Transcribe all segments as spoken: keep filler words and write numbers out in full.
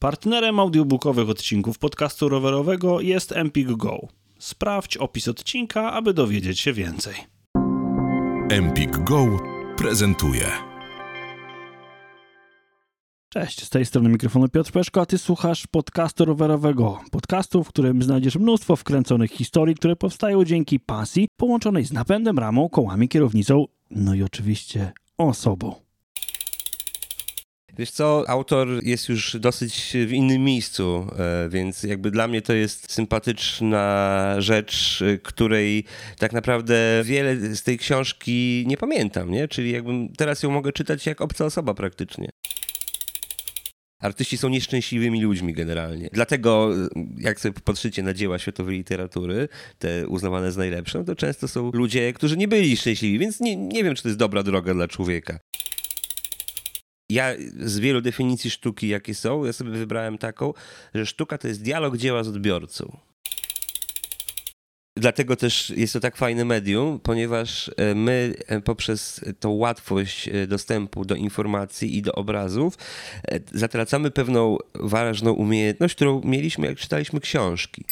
Partnerem audiobookowych odcinków podcastu rowerowego jest Empik Go. Sprawdź opis odcinka, aby dowiedzieć się więcej. Empik Go prezentuje. Cześć, z tej strony mikrofonu Piotr Peszko, a ty słuchasz podcastu rowerowego. Podcastu, w którym znajdziesz mnóstwo wkręconych historii, które powstają dzięki pasji połączonej z napędem, ramą, kołami, kierownicą, no i oczywiście osobą. Wiesz co, autor jest już dosyć w innym miejscu, więc jakby dla mnie to jest sympatyczna rzecz, której tak naprawdę wiele z tej książki nie pamiętam, nie? Czyli jakbym teraz ją mogę czytać jak obca osoba praktycznie. Artyści są nieszczęśliwymi ludźmi generalnie. Dlatego jak sobie popatrzycie na dzieła światowej literatury, te uznawane za najlepsze, no to często są ludzie, którzy nie byli szczęśliwi, więc nie, nie wiem, czy to jest dobra droga dla człowieka. Ja z wielu definicji sztuki, jakie są, ja sobie wybrałem taką, że sztuka to jest dialog dzieła z odbiorcą. Dlatego też jest to tak fajne medium, ponieważ my poprzez tą łatwość dostępu do informacji i do obrazów zatracamy pewną ważną umiejętność, którą mieliśmy, jak czytaliśmy książki.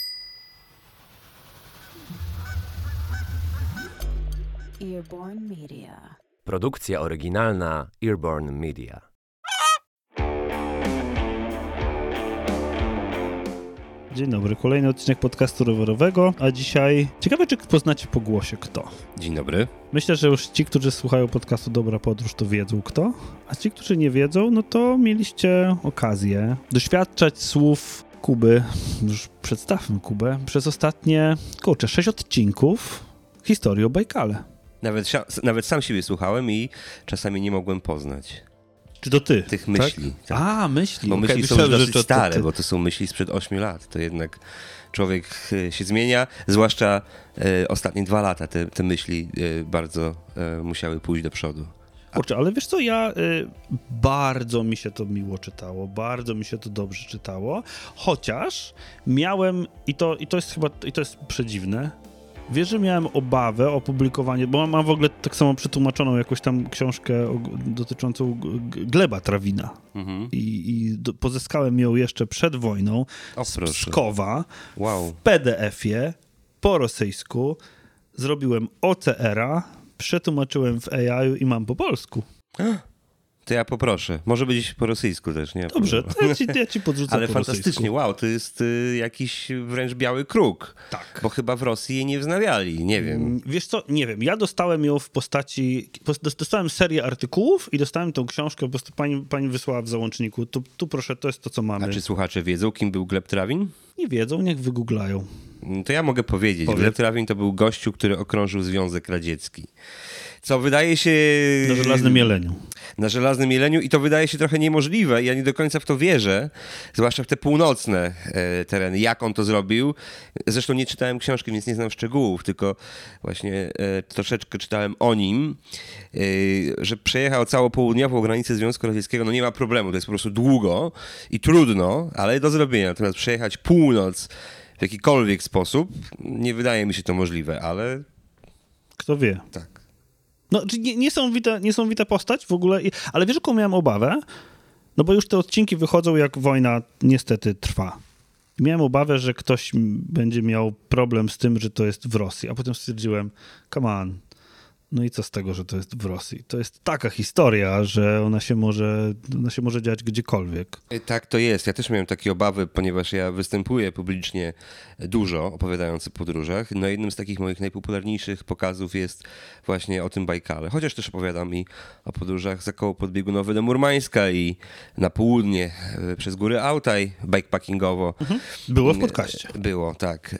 Earborn Media. Produkcja oryginalna Earborn Media. Dzień dobry, kolejny odcinek podcastu rowerowego, a dzisiaj ciekawe, czy poznacie po głosie kto. Dzień dobry. Myślę, że już ci, którzy słuchają podcastu Dobra Podróż, to wiedzą kto, a ci, którzy nie wiedzą, no to mieliście okazję doświadczać słów Kuby, już przedstawmy Kubę, przez ostatnie, kurczę, sześć odcinków historii o Bajkale. Nawet, nawet sam siebie słuchałem i czasami nie mogłem poznać. Czy to ty? Tych myśli. Tak? Tak. A, myśli. Bo Okay, myśli myślałem, są już dosyć to, to, stare, to bo to są myśli sprzed ośmiu lat. To jednak człowiek się zmienia, zwłaszcza e, ostatnie dwa lata te, te myśli e, bardzo e, musiały pójść do przodu. A... Kurczę, ale wiesz co, ja y, bardzo mi się to miło czytało, bardzo mi się to dobrze czytało, chociaż miałem, i to, i to jest chyba, i to jest przedziwne, wiesz, że miałem obawę o publikowanie, bo mam w ogóle tak samo przetłumaczoną jakąś tam książkę o, dotyczącą Gleba Trawina. Mhm. I, i do, pozyskałem ją jeszcze przed wojną o, z proszę. Pskowa wow. w P D F-ie po rosyjsku, zrobiłem O C R-a, przetłumaczyłem w A I-u i mam po polsku. To ja poproszę. Może być po rosyjsku też, nie? Dobrze, to ja ci, ja ci podrzucę ale po fantastycznie, rosyjsku. Wow, to jest y, jakiś wręcz biały kruk. Tak. Bo chyba w Rosji jej nie wznawiali, nie wiem. Wiesz co, nie wiem, ja dostałem ją w postaci, dostałem serię artykułów i dostałem tą książkę, po prostu pani, pani wysłała w załączniku. Tu, tu proszę, to jest to, co mamy. A czy słuchacze wiedzą, kim był Gleb Trawin? Nie wiedzą, niech wygooglają. To ja mogę powiedzieć. Powiedz. Gleb Trawin to był gościu, który okrążył Związek Radziecki. Co wydaje się... Na żelaznym jeleniu. Na żelaznym jeleniu i to wydaje się trochę niemożliwe. Ja nie do końca w to wierzę, zwłaszcza w te północne e, tereny. Jak on to zrobił? Zresztą nie czytałem książki, więc nie znam szczegółów, tylko właśnie e, troszeczkę czytałem o nim, e, że przejechał całą południową granicę Związku Radzieckiego. No nie ma problemu, to jest po prostu długo i trudno, ale do zrobienia. Natomiast przejechać północ w jakikolwiek sposób, nie wydaje mi się to możliwe, ale... Kto wie. Tak. No, czyli nie, niesamowita, niesamowita postać w ogóle, ale wiesz, jaką miałem obawę? No bo już te odcinki wychodzą, jak wojna niestety trwa. Miałem obawę, że ktoś będzie miał problem z tym, że to jest w Rosji, a potem stwierdziłem, come on, no i co z tego, że to jest w Rosji? To jest taka historia, że ona się może, ona się może dziać gdziekolwiek. Tak to jest. Ja też miałem takie obawy, ponieważ ja występuję publicznie dużo, opowiadając o podróżach. No jednym z takich moich najpopularniejszych pokazów jest właśnie o tym Bajkale. Chociaż też opowiadam i o podróżach za koło podbiegunowe do Murmańska i na południe przez góry Altaj, bikepackingowo. Mhm. Było w podcaście. Było, tak.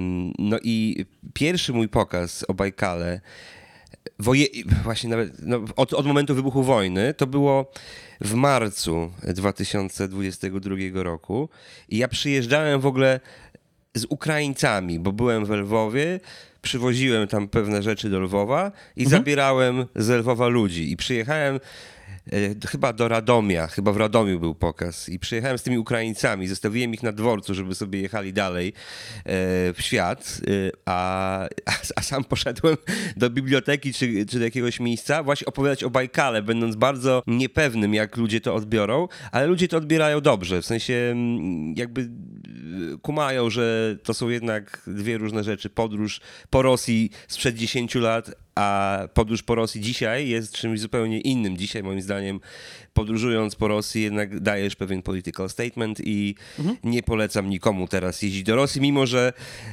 No i pierwszy mój pokaz o Bajkale Woje... Właśnie nawet no, od, od momentu wybuchu wojny to było w marcu dwa tysiące dwudziestego drugiego roku i ja przyjeżdżałem w ogóle z Ukraińcami, bo byłem w Lwowie, przywoziłem tam pewne rzeczy do Lwowa i mhm. zabierałem z Lwowa ludzi i przyjechałem e, chyba do Radomia, chyba w Radomiu był pokaz i przyjechałem z tymi Ukraińcami, zostawiłem ich na dworcu, żeby sobie jechali dalej e, w świat, e, a, a, a sam poszedłem do biblioteki czy, czy do jakiegoś miejsca właśnie opowiadać o Bajkale, będąc bardzo niepewnym, jak ludzie to odbiorą, ale ludzie to odbierają dobrze, w sensie jakby kumają, że to są jednak dwie różne rzeczy. Podróż po Rosji sprzed dziesięciu lat, a podróż po Rosji dzisiaj jest czymś zupełnie innym. Dzisiaj moim zdaniem podróżując po Rosji jednak dajesz pewien political statement i mhm. nie polecam nikomu teraz jeździć do Rosji, mimo że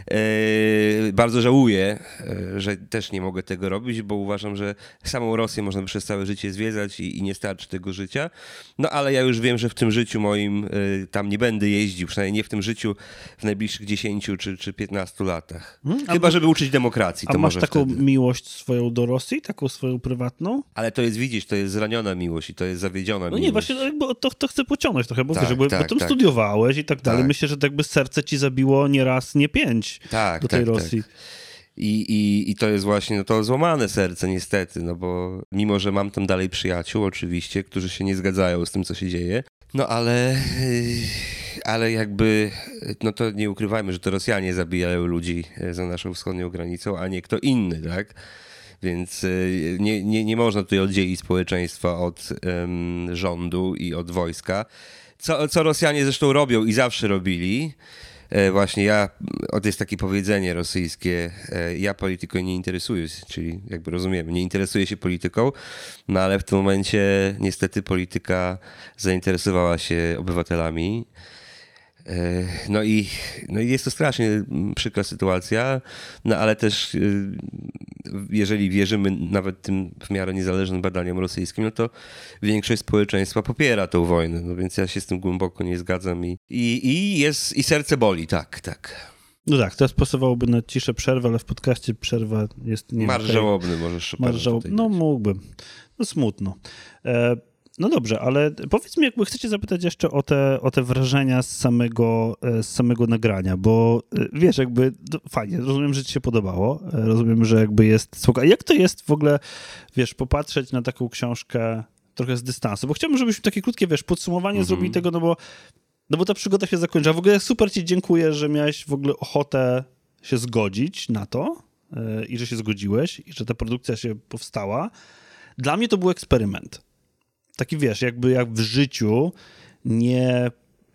e, bardzo żałuję, e, że też nie mogę tego robić, bo uważam, że samą Rosję można by przez całe życie zwiedzać i, i nie starczy tego życia. No ale ja już wiem, że w tym życiu moim e, tam nie będę jeździł, przynajmniej nie w tym życiu w najbliższych dziesięciu czy, czy piętnastu latach. Hmm? Chyba, żeby uczyć demokracji. A to masz może taką wtedy. miłość swoją do Rosji? Taką swoją prywatną? Ale to jest, widzisz, to jest zraniona miłość i to jest zawiedziona No miłość. nie, właśnie jakby to, to chcę pociągnąć trochę, bo Tak, wiesz, jakby tak, potem tak. studiowałeś i tak dalej. Tak. Myślę, że tak jakby serce ci zabiło nie raz, nie pięć Tak, do tej tak, Rosji. Tak. I, i, I to jest właśnie no to złamane serce niestety, no bo mimo, że mam tam dalej przyjaciół oczywiście, którzy się nie zgadzają z tym, co się dzieje, no ale, ale jakby, no to nie ukrywajmy, że to Rosjanie zabijają ludzi za naszą wschodnią granicą, a nie kto inny, tak? Więc nie, nie, nie można tutaj oddzielić społeczeństwa od um, rządu i od wojska, co, co Rosjanie zresztą robią i zawsze robili. Właśnie ja, to jest takie powiedzenie rosyjskie, ja polityką nie interesuję się, czyli jakby rozumiemy, nie interesuję się polityką, no ale w tym momencie niestety polityka zainteresowała się obywatelami. No i, no i jest to strasznie przykra sytuacja, no ale też jeżeli wierzymy nawet tym w miarę niezależnym badaniom rosyjskim, no to większość społeczeństwa popiera tę wojnę, no więc ja się z tym głęboko nie zgadzam i, i, i, jest, i serce boli, tak, tak. No tak, teraz pasowałoby na ciszę przerwę, ale w podcaście przerwa jest... Nie Marsz okay. żałobny możesz Chopina Marsz żałobny, no mógłbym. No smutno. E, no dobrze, ale powiedz mi, jakby chcecie zapytać jeszcze o te, o te wrażenia z samego, z samego nagrania, bo wiesz, jakby to fajnie, rozumiem, że ci się podobało, rozumiem, że jakby jest... Spoko. A jak to jest w ogóle, wiesz, popatrzeć na taką książkę trochę z dystansu? Bo chciałbym, żebyśmy takie krótkie, wiesz, podsumowanie mm-hmm. zrobili tego, no bo No bo ta przygoda się zakończyła. W ogóle super ci dziękuję, że miałeś w ogóle ochotę się zgodzić na to yy, i że się zgodziłeś i że ta produkcja się powstała. Dla mnie to był eksperyment. Taki wiesz, jakby jak w życiu nie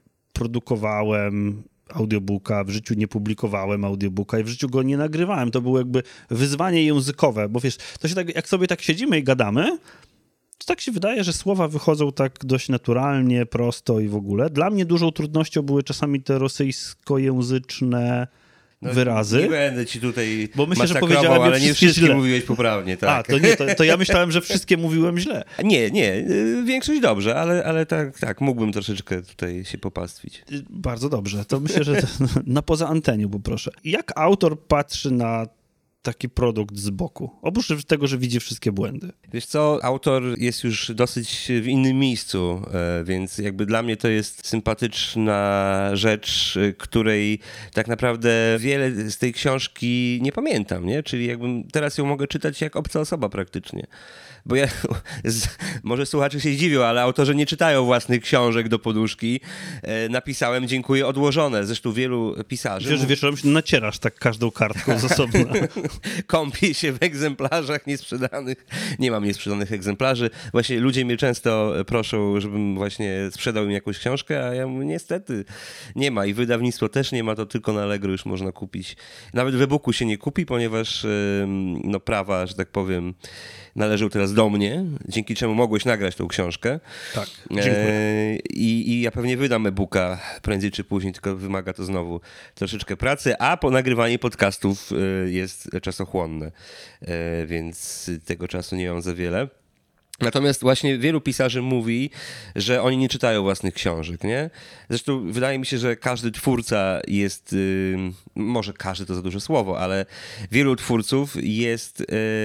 produkowałem audiobooka, w życiu nie publikowałem audiobooka i w życiu go nie nagrywałem. To było jakby wyzwanie językowe, bo wiesz, to się tak, jak sobie tak siedzimy i gadamy, to tak się wydaje, że słowa wychodzą tak dość naturalnie, prosto i w ogóle. Dla mnie dużą trudnością były czasami te rosyjskojęzyczne no, wyrazy. Nie będę ci tutaj bo myślę, że masakrował, powiedziałem ale nie wszystkie źle. mówiłeś poprawnie. Tak. A, to nie, to, to ja myślałem, że wszystkie mówiłem źle. Nie, nie, większość dobrze, ale, ale tak, tak, mógłbym troszeczkę tutaj się popastwić. Bardzo dobrze, to myślę, że to, na poza antenią poproszę. Jak autor patrzy na taki produkt z boku? Oprócz tego, że widzi wszystkie błędy. Wiesz co, autor jest już dosyć w innym miejscu, więc jakby dla mnie to jest sympatyczna rzecz, której tak naprawdę wiele z tej książki nie pamiętam, nie? Czyli jakbym teraz ją mogę czytać jak obca osoba praktycznie. Bo ja, z, może słuchacze się zdziwią, ale autorzy nie czytają własnych książek do poduszki. E, napisałem dziękuję odłożone. Zresztą wielu pisarzy... Wiesz, wieczorem się nacierasz tak każdą kartką z osobna. Kąpię się w egzemplarzach niesprzedanych. Nie mam niesprzedanych egzemplarzy. Właśnie ludzie mnie często proszą, żebym właśnie sprzedał im jakąś książkę, a ja mówię, niestety nie ma. I wydawnictwo też nie ma, to tylko na Allegro już można kupić. Nawet w e-booku się nie kupi, ponieważ no, prawa, że tak powiem, należą teraz do mnie, dzięki czemu mogłeś nagrać tą książkę. Tak, dziękuję. E, i, I ja pewnie wydam e-booka prędzej czy później, tylko wymaga to znowu troszeczkę pracy, a po nagrywanie podcastów e, jest czasochłonne, e, więc tego czasu nie mam za wiele. Natomiast właśnie wielu pisarzy mówi, że oni nie czytają własnych książek, nie? Zresztą wydaje mi się, że każdy twórca jest, yy, może każdy to za duże słowo, ale wielu twórców jest yy,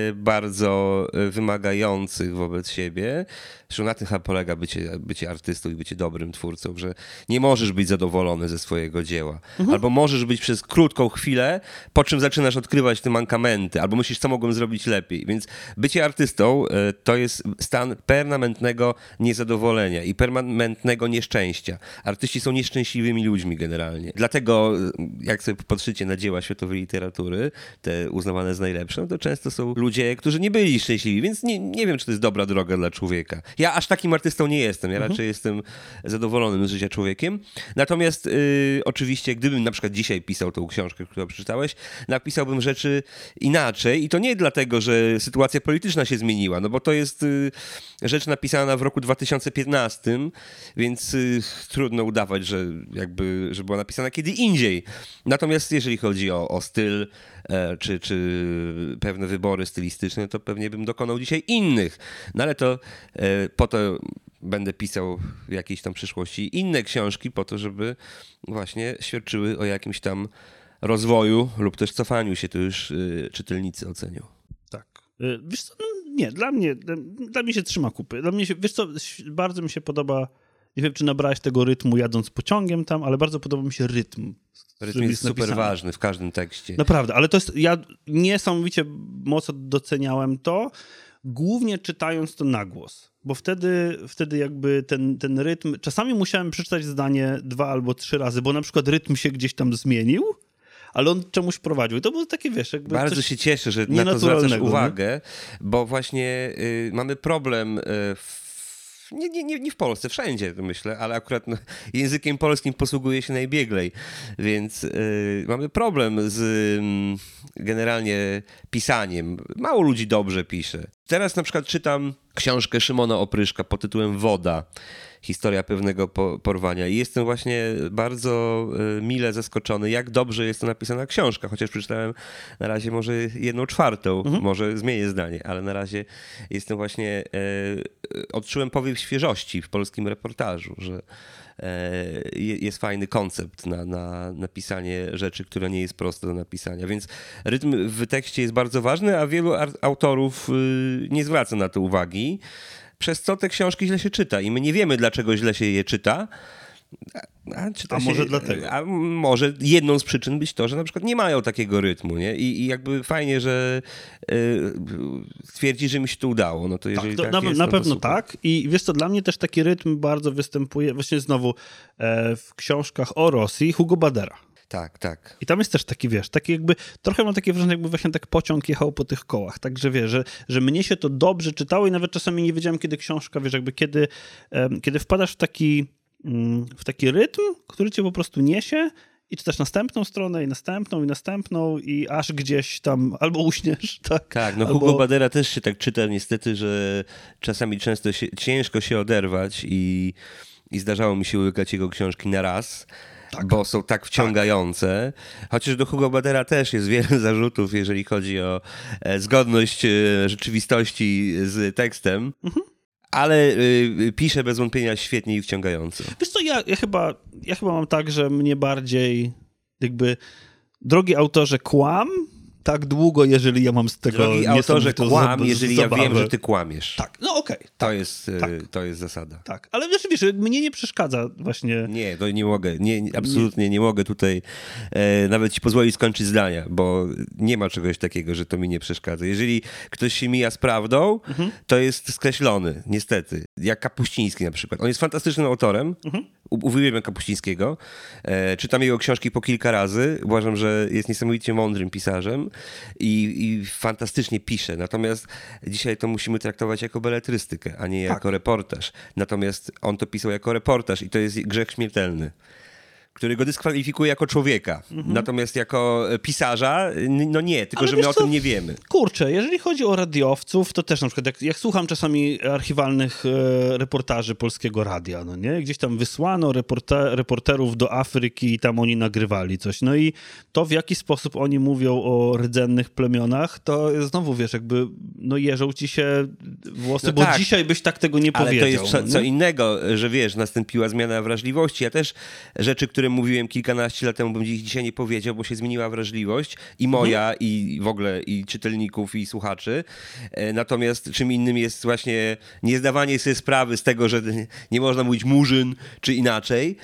bardzo wymagających wobec siebie. Zresztą na tym polega bycie, bycie artystą i bycie dobrym twórcą, że nie możesz być zadowolony ze swojego dzieła. Mhm. Albo możesz być przez krótką chwilę, po czym zaczynasz odkrywać te mankamenty, albo myślisz, co mogłem zrobić lepiej. Więc bycie artystą yy, to jest stan permanentnego niezadowolenia i permanentnego nieszczęścia. Artyści są nieszczęśliwymi ludźmi generalnie. Dlatego jak sobie popatrzycie na dzieła światowej literatury, te uznawane za najlepsze, no to często są ludzie, którzy nie byli szczęśliwi, więc nie, nie wiem, czy to jest dobra droga dla człowieka. Ja aż takim artystą nie jestem. Ja mhm. raczej jestem zadowolonym z życia człowiekiem. Natomiast yy, oczywiście, gdybym na przykład dzisiaj pisał tą książkę, którą przeczytałeś, napisałbym rzeczy inaczej i to nie dlatego, że sytuacja polityczna się zmieniła, no bo to jest y, rzecz napisana w roku dwa tysiące piętnastym, więc y, trudno udawać, że jakby, że była napisana kiedy indziej. Natomiast jeżeli chodzi o, o styl e, czy, czy pewne wybory stylistyczne, to pewnie bym dokonał dzisiaj innych. No ale to e, po to będę pisał w jakiejś tam przyszłości inne książki po to, żeby właśnie świadczyły o jakimś tam rozwoju lub też cofaniu się, to już y, czytelnicy ocenią. Tak. Y, wiesz co, no nie, dla mnie, dla, dla mnie się trzyma kupy. Dla mnie się, wiesz co, bardzo mi się podoba, nie wiem, czy nabrałeś tego rytmu jadąc pociągiem tam, ale bardzo podoba mi się rytm. Rytm jest, jest super napisany. Ważny w każdym tekście. Naprawdę, ale to jest, ja niesamowicie mocno doceniałem to, głównie czytając to na głos, bo wtedy, wtedy jakby ten, ten rytm, czasami musiałem przeczytać zdanie dwa albo trzy razy, bo na przykład rytm się gdzieś tam zmienił, ale on czemuś prowadził. I to było takie, wiesz, jakby bardzo się cieszę, że na to zwracasz uwagę, nie? Bo właśnie y, mamy problem y, w Nie, nie, nie, nie w Polsce, wszędzie myślę, ale akurat no, językiem polskim posługuje się najbieglej, więc yy, mamy problem z yy, generalnie pisaniem. Mało ludzi dobrze pisze. Teraz na przykład czytam książkę Szymona Opryszka pod tytułem Woda. Historia pewnego po- porwania. I jestem właśnie bardzo y, mile zaskoczony, jak dobrze jest to napisana książka, chociaż przeczytałem na razie może jedną czwartą, mhm. może zmienię zdanie, ale na razie jestem właśnie, y, odczułem powiew świeżości w polskim reportażu, że y, jest fajny koncept na, na napisanie rzeczy, która nie jest prosta do napisania, więc rytm w tekście jest bardzo ważny, a wielu ar- autorów y, nie zwraca na to uwagi, przez co te książki źle się czyta i my nie wiemy, dlaczego źle się je czyta. A, czyta a się, może dlatego? A może jedną z przyczyn być to, że na przykład nie mają takiego rytmu, nie? I, i jakby fajnie, że yy, twierdzi, że mi się to udało. No to jeżeli tak, to tak na, jest, na no pewno super. tak. I wiesz co, dla mnie też taki rytm bardzo występuje, właśnie znowu e, w książkach o Rosji Hugo Badera. Tak, tak. I tam jest też taki, wiesz, taki jakby, trochę mam takie wrażenie, jakby właśnie tak pociąg jechał po tych kołach, także wiesz, że, że mnie się to dobrze czytało i nawet czasami nie wiedziałem, kiedy książka, wiesz, jakby kiedy, um, kiedy wpadasz w taki, um, w taki rytm, który cię po prostu niesie i czytasz następną stronę i następną i następną i aż gdzieś tam albo uśniesz, tak? Tak, no albo... Hugo Badera też się tak czyta niestety, że czasami często się, ciężko się oderwać i, i zdarzało mi się łykać jego książki na raz. Tak. Bo są tak wciągające. Tak. Chociaż do Hugo Badera też jest wiele zarzutów, jeżeli chodzi o e, zgodność e, rzeczywistości z tekstem, mhm. ale e, pisze bez wątpienia świetnie i wciągająco. Wiesz co, ja, ja, chyba, ja chyba mam tak, że mnie bardziej jakby, drogi autorze, kłam tak długo, jeżeli ja mam z tego... Drogi autorze, kłam, z, jeżeli zabawę. Ja wiem, że ty kłamiesz. Tak, no okej. Okay, to, tak, jest, tak. to jest zasada. Tak, ale wiesz, wiesz, mnie nie przeszkadza właśnie... Nie, to nie mogę, nie, absolutnie nie, nie mogę tutaj e, nawet ci pozwolić skończyć zdania, bo nie ma czegoś takiego, że to mi nie przeszkadza. Jeżeli ktoś się mija z prawdą, mhm. to jest skreślony, niestety. Jak Kapuściński na przykład. On jest fantastycznym autorem, mhm. U- uwielbiam Kapuścińskiego. E, czytam jego książki po kilka razy. Uważam, że jest niesamowicie mądrym pisarzem. I, i fantastycznie pisze. Natomiast dzisiaj to musimy traktować jako beletrystykę, a nie tak. jako reportaż. Natomiast on to pisał jako reportaż i to jest grzech śmiertelny, który go dyskwalifikuje jako człowieka. Mhm. Natomiast jako pisarza, no nie, tylko ale że my o co? tym nie wiemy. Kurczę, jeżeli chodzi o radiowców, to też na przykład jak, jak słucham czasami archiwalnych e, reportaży Polskiego Radia, no nie? Gdzieś tam wysłano reporter, reporterów do Afryki i tam oni nagrywali coś. No i to, w jaki sposób oni mówią o rdzennych plemionach, to znowu, wiesz, jakby no jeżą ci się włosy, no bo tak. dzisiaj byś tak tego nie ale powiedział. Ale to jest co, no co innego, że wiesz, nastąpiła zmiana wrażliwości. Ja też rzeczy, które mówiłem kilkanaście lat temu, bym ich dzisiaj nie powiedział, bo się zmieniła wrażliwość i moja, mhm. i w ogóle i czytelników, i słuchaczy. Natomiast czym innym jest właśnie niezdawanie sobie sprawy z tego, że nie można mówić murzyn, czy inaczej,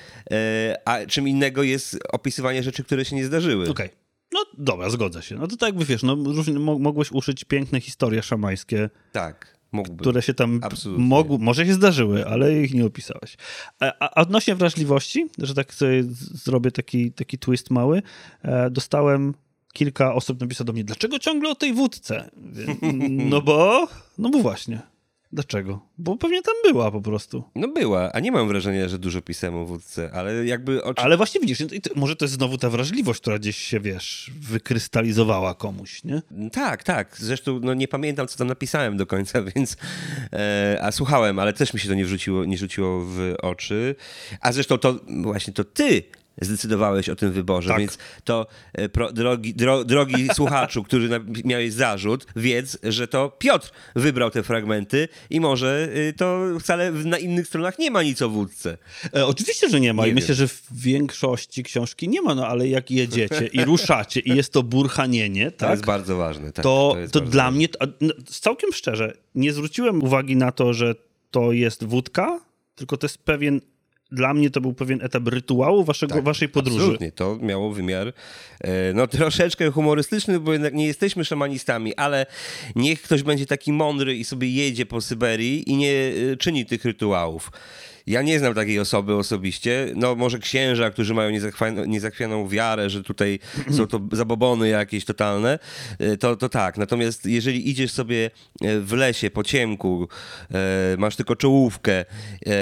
a czym innego jest opisywanie rzeczy, które się nie zdarzyły. Okej. Okay. No dobra, zgodzę się. No to tak jakby wiesz, no różnie, mogłeś uszyć piękne historie szamańskie. Tak. Mógłby. które się tam Absolutnie. mogły, może się zdarzyły, ale ich nie opisałeś. A, a odnośnie wrażliwości, że tak sobie z- zrobię taki, taki twist mały, e, dostałem kilka osób napisało do mnie, dlaczego ciągle o tej wódce? No bo, no bo właśnie. Dlaczego? Bo pewnie tam była po prostu. No była, a nie mam wrażenia, że dużo pisałem o wódce, ale jakby... Oczy... Ale właśnie widzisz, i to- może to jest znowu ta wrażliwość, która gdzieś się, wiesz, wykrystalizowała komuś, nie? Tak, tak. Zresztą no, nie pamiętam, co tam napisałem do końca, więc... E, a słuchałem, ale też mi się to nie wrzuciło, nie rzuciło w oczy. A zresztą to właśnie to ty zdecydowałeś o tym wyborze, Tak. więc to e, pro, drogi, dro, drogi słuchaczu, który na, miałeś zarzut, wiedz, że to Piotr wybrał te fragmenty i może y, to wcale w- na innych stronach nie ma nic o wódce. E, oczywiście, że nie ma. Nie I myślę, wiem. że w większści książki nie ma, no ale jak jedziecie i ruszacie i jest to burchanienie, To tak? jest bardzo ważne. Tak, to, jest to bardzo dla ważne. mnie, a, no, całkiem szczerze, nie zwróciłem uwagi na to, że to jest wódka, tylko to jest pewien, dla mnie to był pewien etap rytuału waszego, Tak, waszej podróży. Absolutnie, to miało wymiar e, no troszeczkę humorystyczny, bo jednak nie jesteśmy szamanistami, ale niech ktoś będzie taki mądry i sobie jedzie po Syberii i nie e, czyni tych rytuałów. Ja nie znam takiej osoby osobiście, no może księża, którzy mają niezachwianą, niezachwianą wiarę, że tutaj są to zabobony jakieś totalne, e, to, to tak. Natomiast jeżeli idziesz sobie e, w lesie po ciemku, e, masz tylko czołówkę e,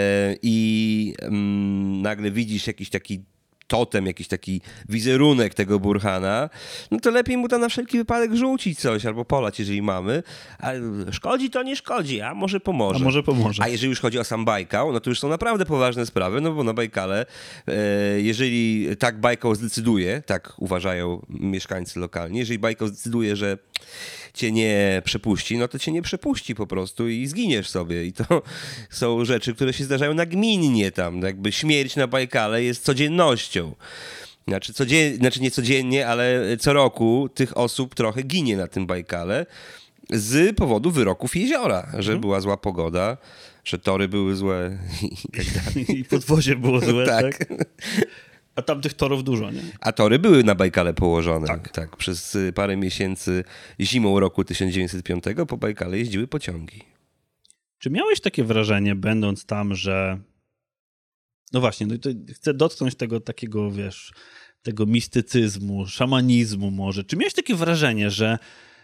i mm, nagle widzisz jakiś taki totem, jakiś taki wizerunek tego Burhana, no to lepiej mu tam na wszelki wypadek rzucić coś albo polać, jeżeli mamy. A szkodzi to nie szkodzi, a może pomoże. A może pomoże. A jeżeli już chodzi o sam Bajkał, no to już są naprawdę poważne sprawy, no bo na Bajkale, e, jeżeli tak Bajkał zdecyduje, tak uważają mieszkańcy lokalni, jeżeli Bajkał zdecyduje, że cię nie przepuści, no to cię nie przepuści po prostu i zginiesz sobie. I to są rzeczy, które się zdarzają nagminnie tam. Jakby śmierć na Bajkale jest codziennością. Znaczy, codzien... znaczy nie codziennie, ale co roku tych osób trochę ginie na tym Bajkale z powodu wyroków jeziora, że była zła pogoda, że tory były złe i tak dalej. I podwozie było złe, tak? Tak. A tam tych torów dużo, nie? A tory były na Bajkale położone. Tak. tak. Przez y, parę miesięcy zimą roku tysiąc dziewięćset piątego po Bajkale jeździły pociągi. Czy miałeś takie wrażenie, będąc tam, że... No właśnie, no i to chcę dotknąć tego takiego, wiesz, tego mistycyzmu, szamanizmu może. Czy miałeś takie wrażenie, że,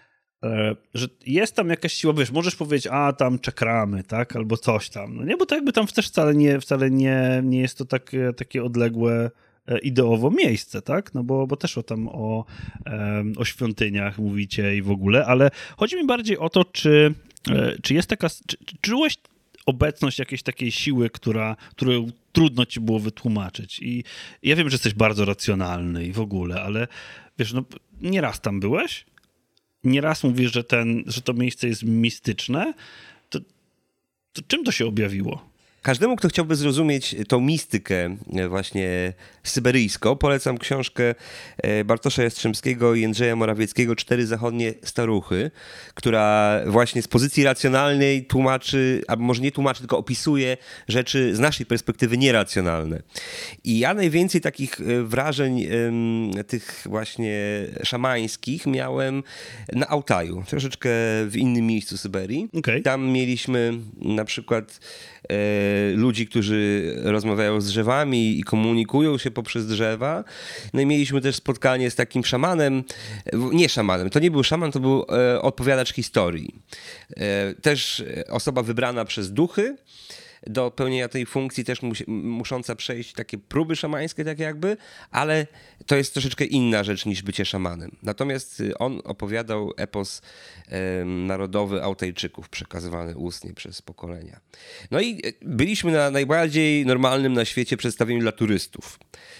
e, że jest tam jakaś siła, wiesz, możesz powiedzieć, a tam czakramy, tak, albo coś tam. No nie, bo to jakby tam też wcale nie, wcale nie, nie jest to takie, takie odległe e, ideowo miejsce, tak? No bo, bo też o tam o, em, o świątyniach mówicie i w ogóle, ale chodzi mi bardziej o to, czy, e, czy jest taka, czy, czy czułeś obecność jakiejś takiej siły, która, którą trudno ci było wytłumaczyć. I ja wiem, że jesteś bardzo racjonalny i w ogóle, ale wiesz, no nieraz tam byłeś, nieraz mówisz, że, ten, że to miejsce jest mistyczne, to, to czym to się objawiło? Każdemu, kto chciałby zrozumieć tą mistykę e, właśnie syberyjską, polecam książkę e, Bartosza Jastrzębskiego i Jędrzeja Morawieckiego Cztery zachodnie staruchy, która właśnie z pozycji racjonalnej tłumaczy, albo może nie tłumaczy, tylko opisuje rzeczy z naszej perspektywy nieracjonalne. I ja najwięcej takich e, wrażeń em, tych właśnie szamańskich miałem na Altaju, troszeczkę w innym miejscu Syberii. Okej. Tam mieliśmy na przykład e, ludzi, którzy rozmawiają z drzewami i komunikują się poprzez drzewa. No i mieliśmy też spotkanie z takim szamanem, nie szamanem, to nie był szaman, to był e, odpowiadacz historii. E, też osoba wybrana przez duchy do pełnienia tej funkcji, też mus, musząca przejść takie próby szamańskie, tak jakby, ale to jest troszeczkę inna rzecz niż bycie szamanem. Natomiast on opowiadał epos e, narodowy Altajczyków, przekazywany ustnie przez pokolenia. No i byliśmy na najbardziej normalnym na świecie przedstawieniu dla turystów.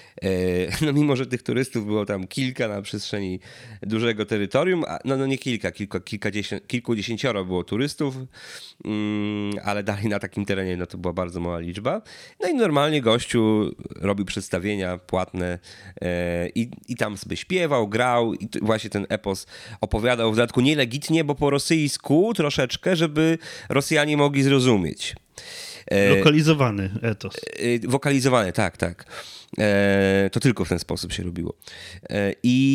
No mimo, że tych turystów było tam kilka na przestrzeni dużego terytorium, a, no, no nie kilka, kilka kilkadziesiąt, kilkudziesięcioro było turystów, mm, ale dalej na takim terenie no to była bardzo mała liczba. No i normalnie gościu robił przedstawienia płatne e, i, i tam sobie śpiewał, grał i t- właśnie ten epos opowiadał w dodatku nielegitnie, bo po rosyjsku troszeczkę, żeby Rosjanie mogli zrozumieć. Lokalizowany etos. Wokalizowany, tak, tak. E, to tylko w ten sposób się robiło. E,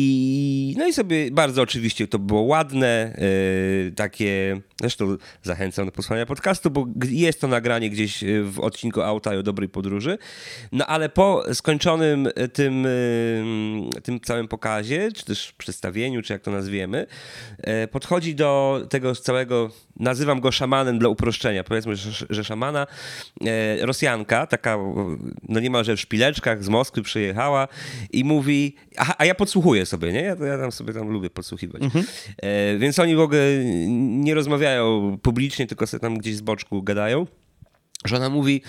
i, no i sobie bardzo oczywiście to było ładne, e, takie, zresztą zachęcam do posłuchania podcastu, bo jest to nagranie gdzieś w odcinku Auta i o dobrej podróży. No ale po skończonym tym, tym całym pokazie, czy też przedstawieniu, czy jak to nazwiemy, e, podchodzi do tego całego, nazywam go szamanem dla uproszczenia, powiedzmy, że, że szamana, e, Rosjanka, taka no niemalże w szpileczkach z Moskwy przyjechała i mówi, a, a ja podsłuchuję sobie, nie? Ja, ja tam sobie tam lubię podsłuchiwać. Mhm. E, więc oni w ogóle nie rozmawiają publicznie, tylko sobie tam gdzieś z boczku gadają, że ona mówi,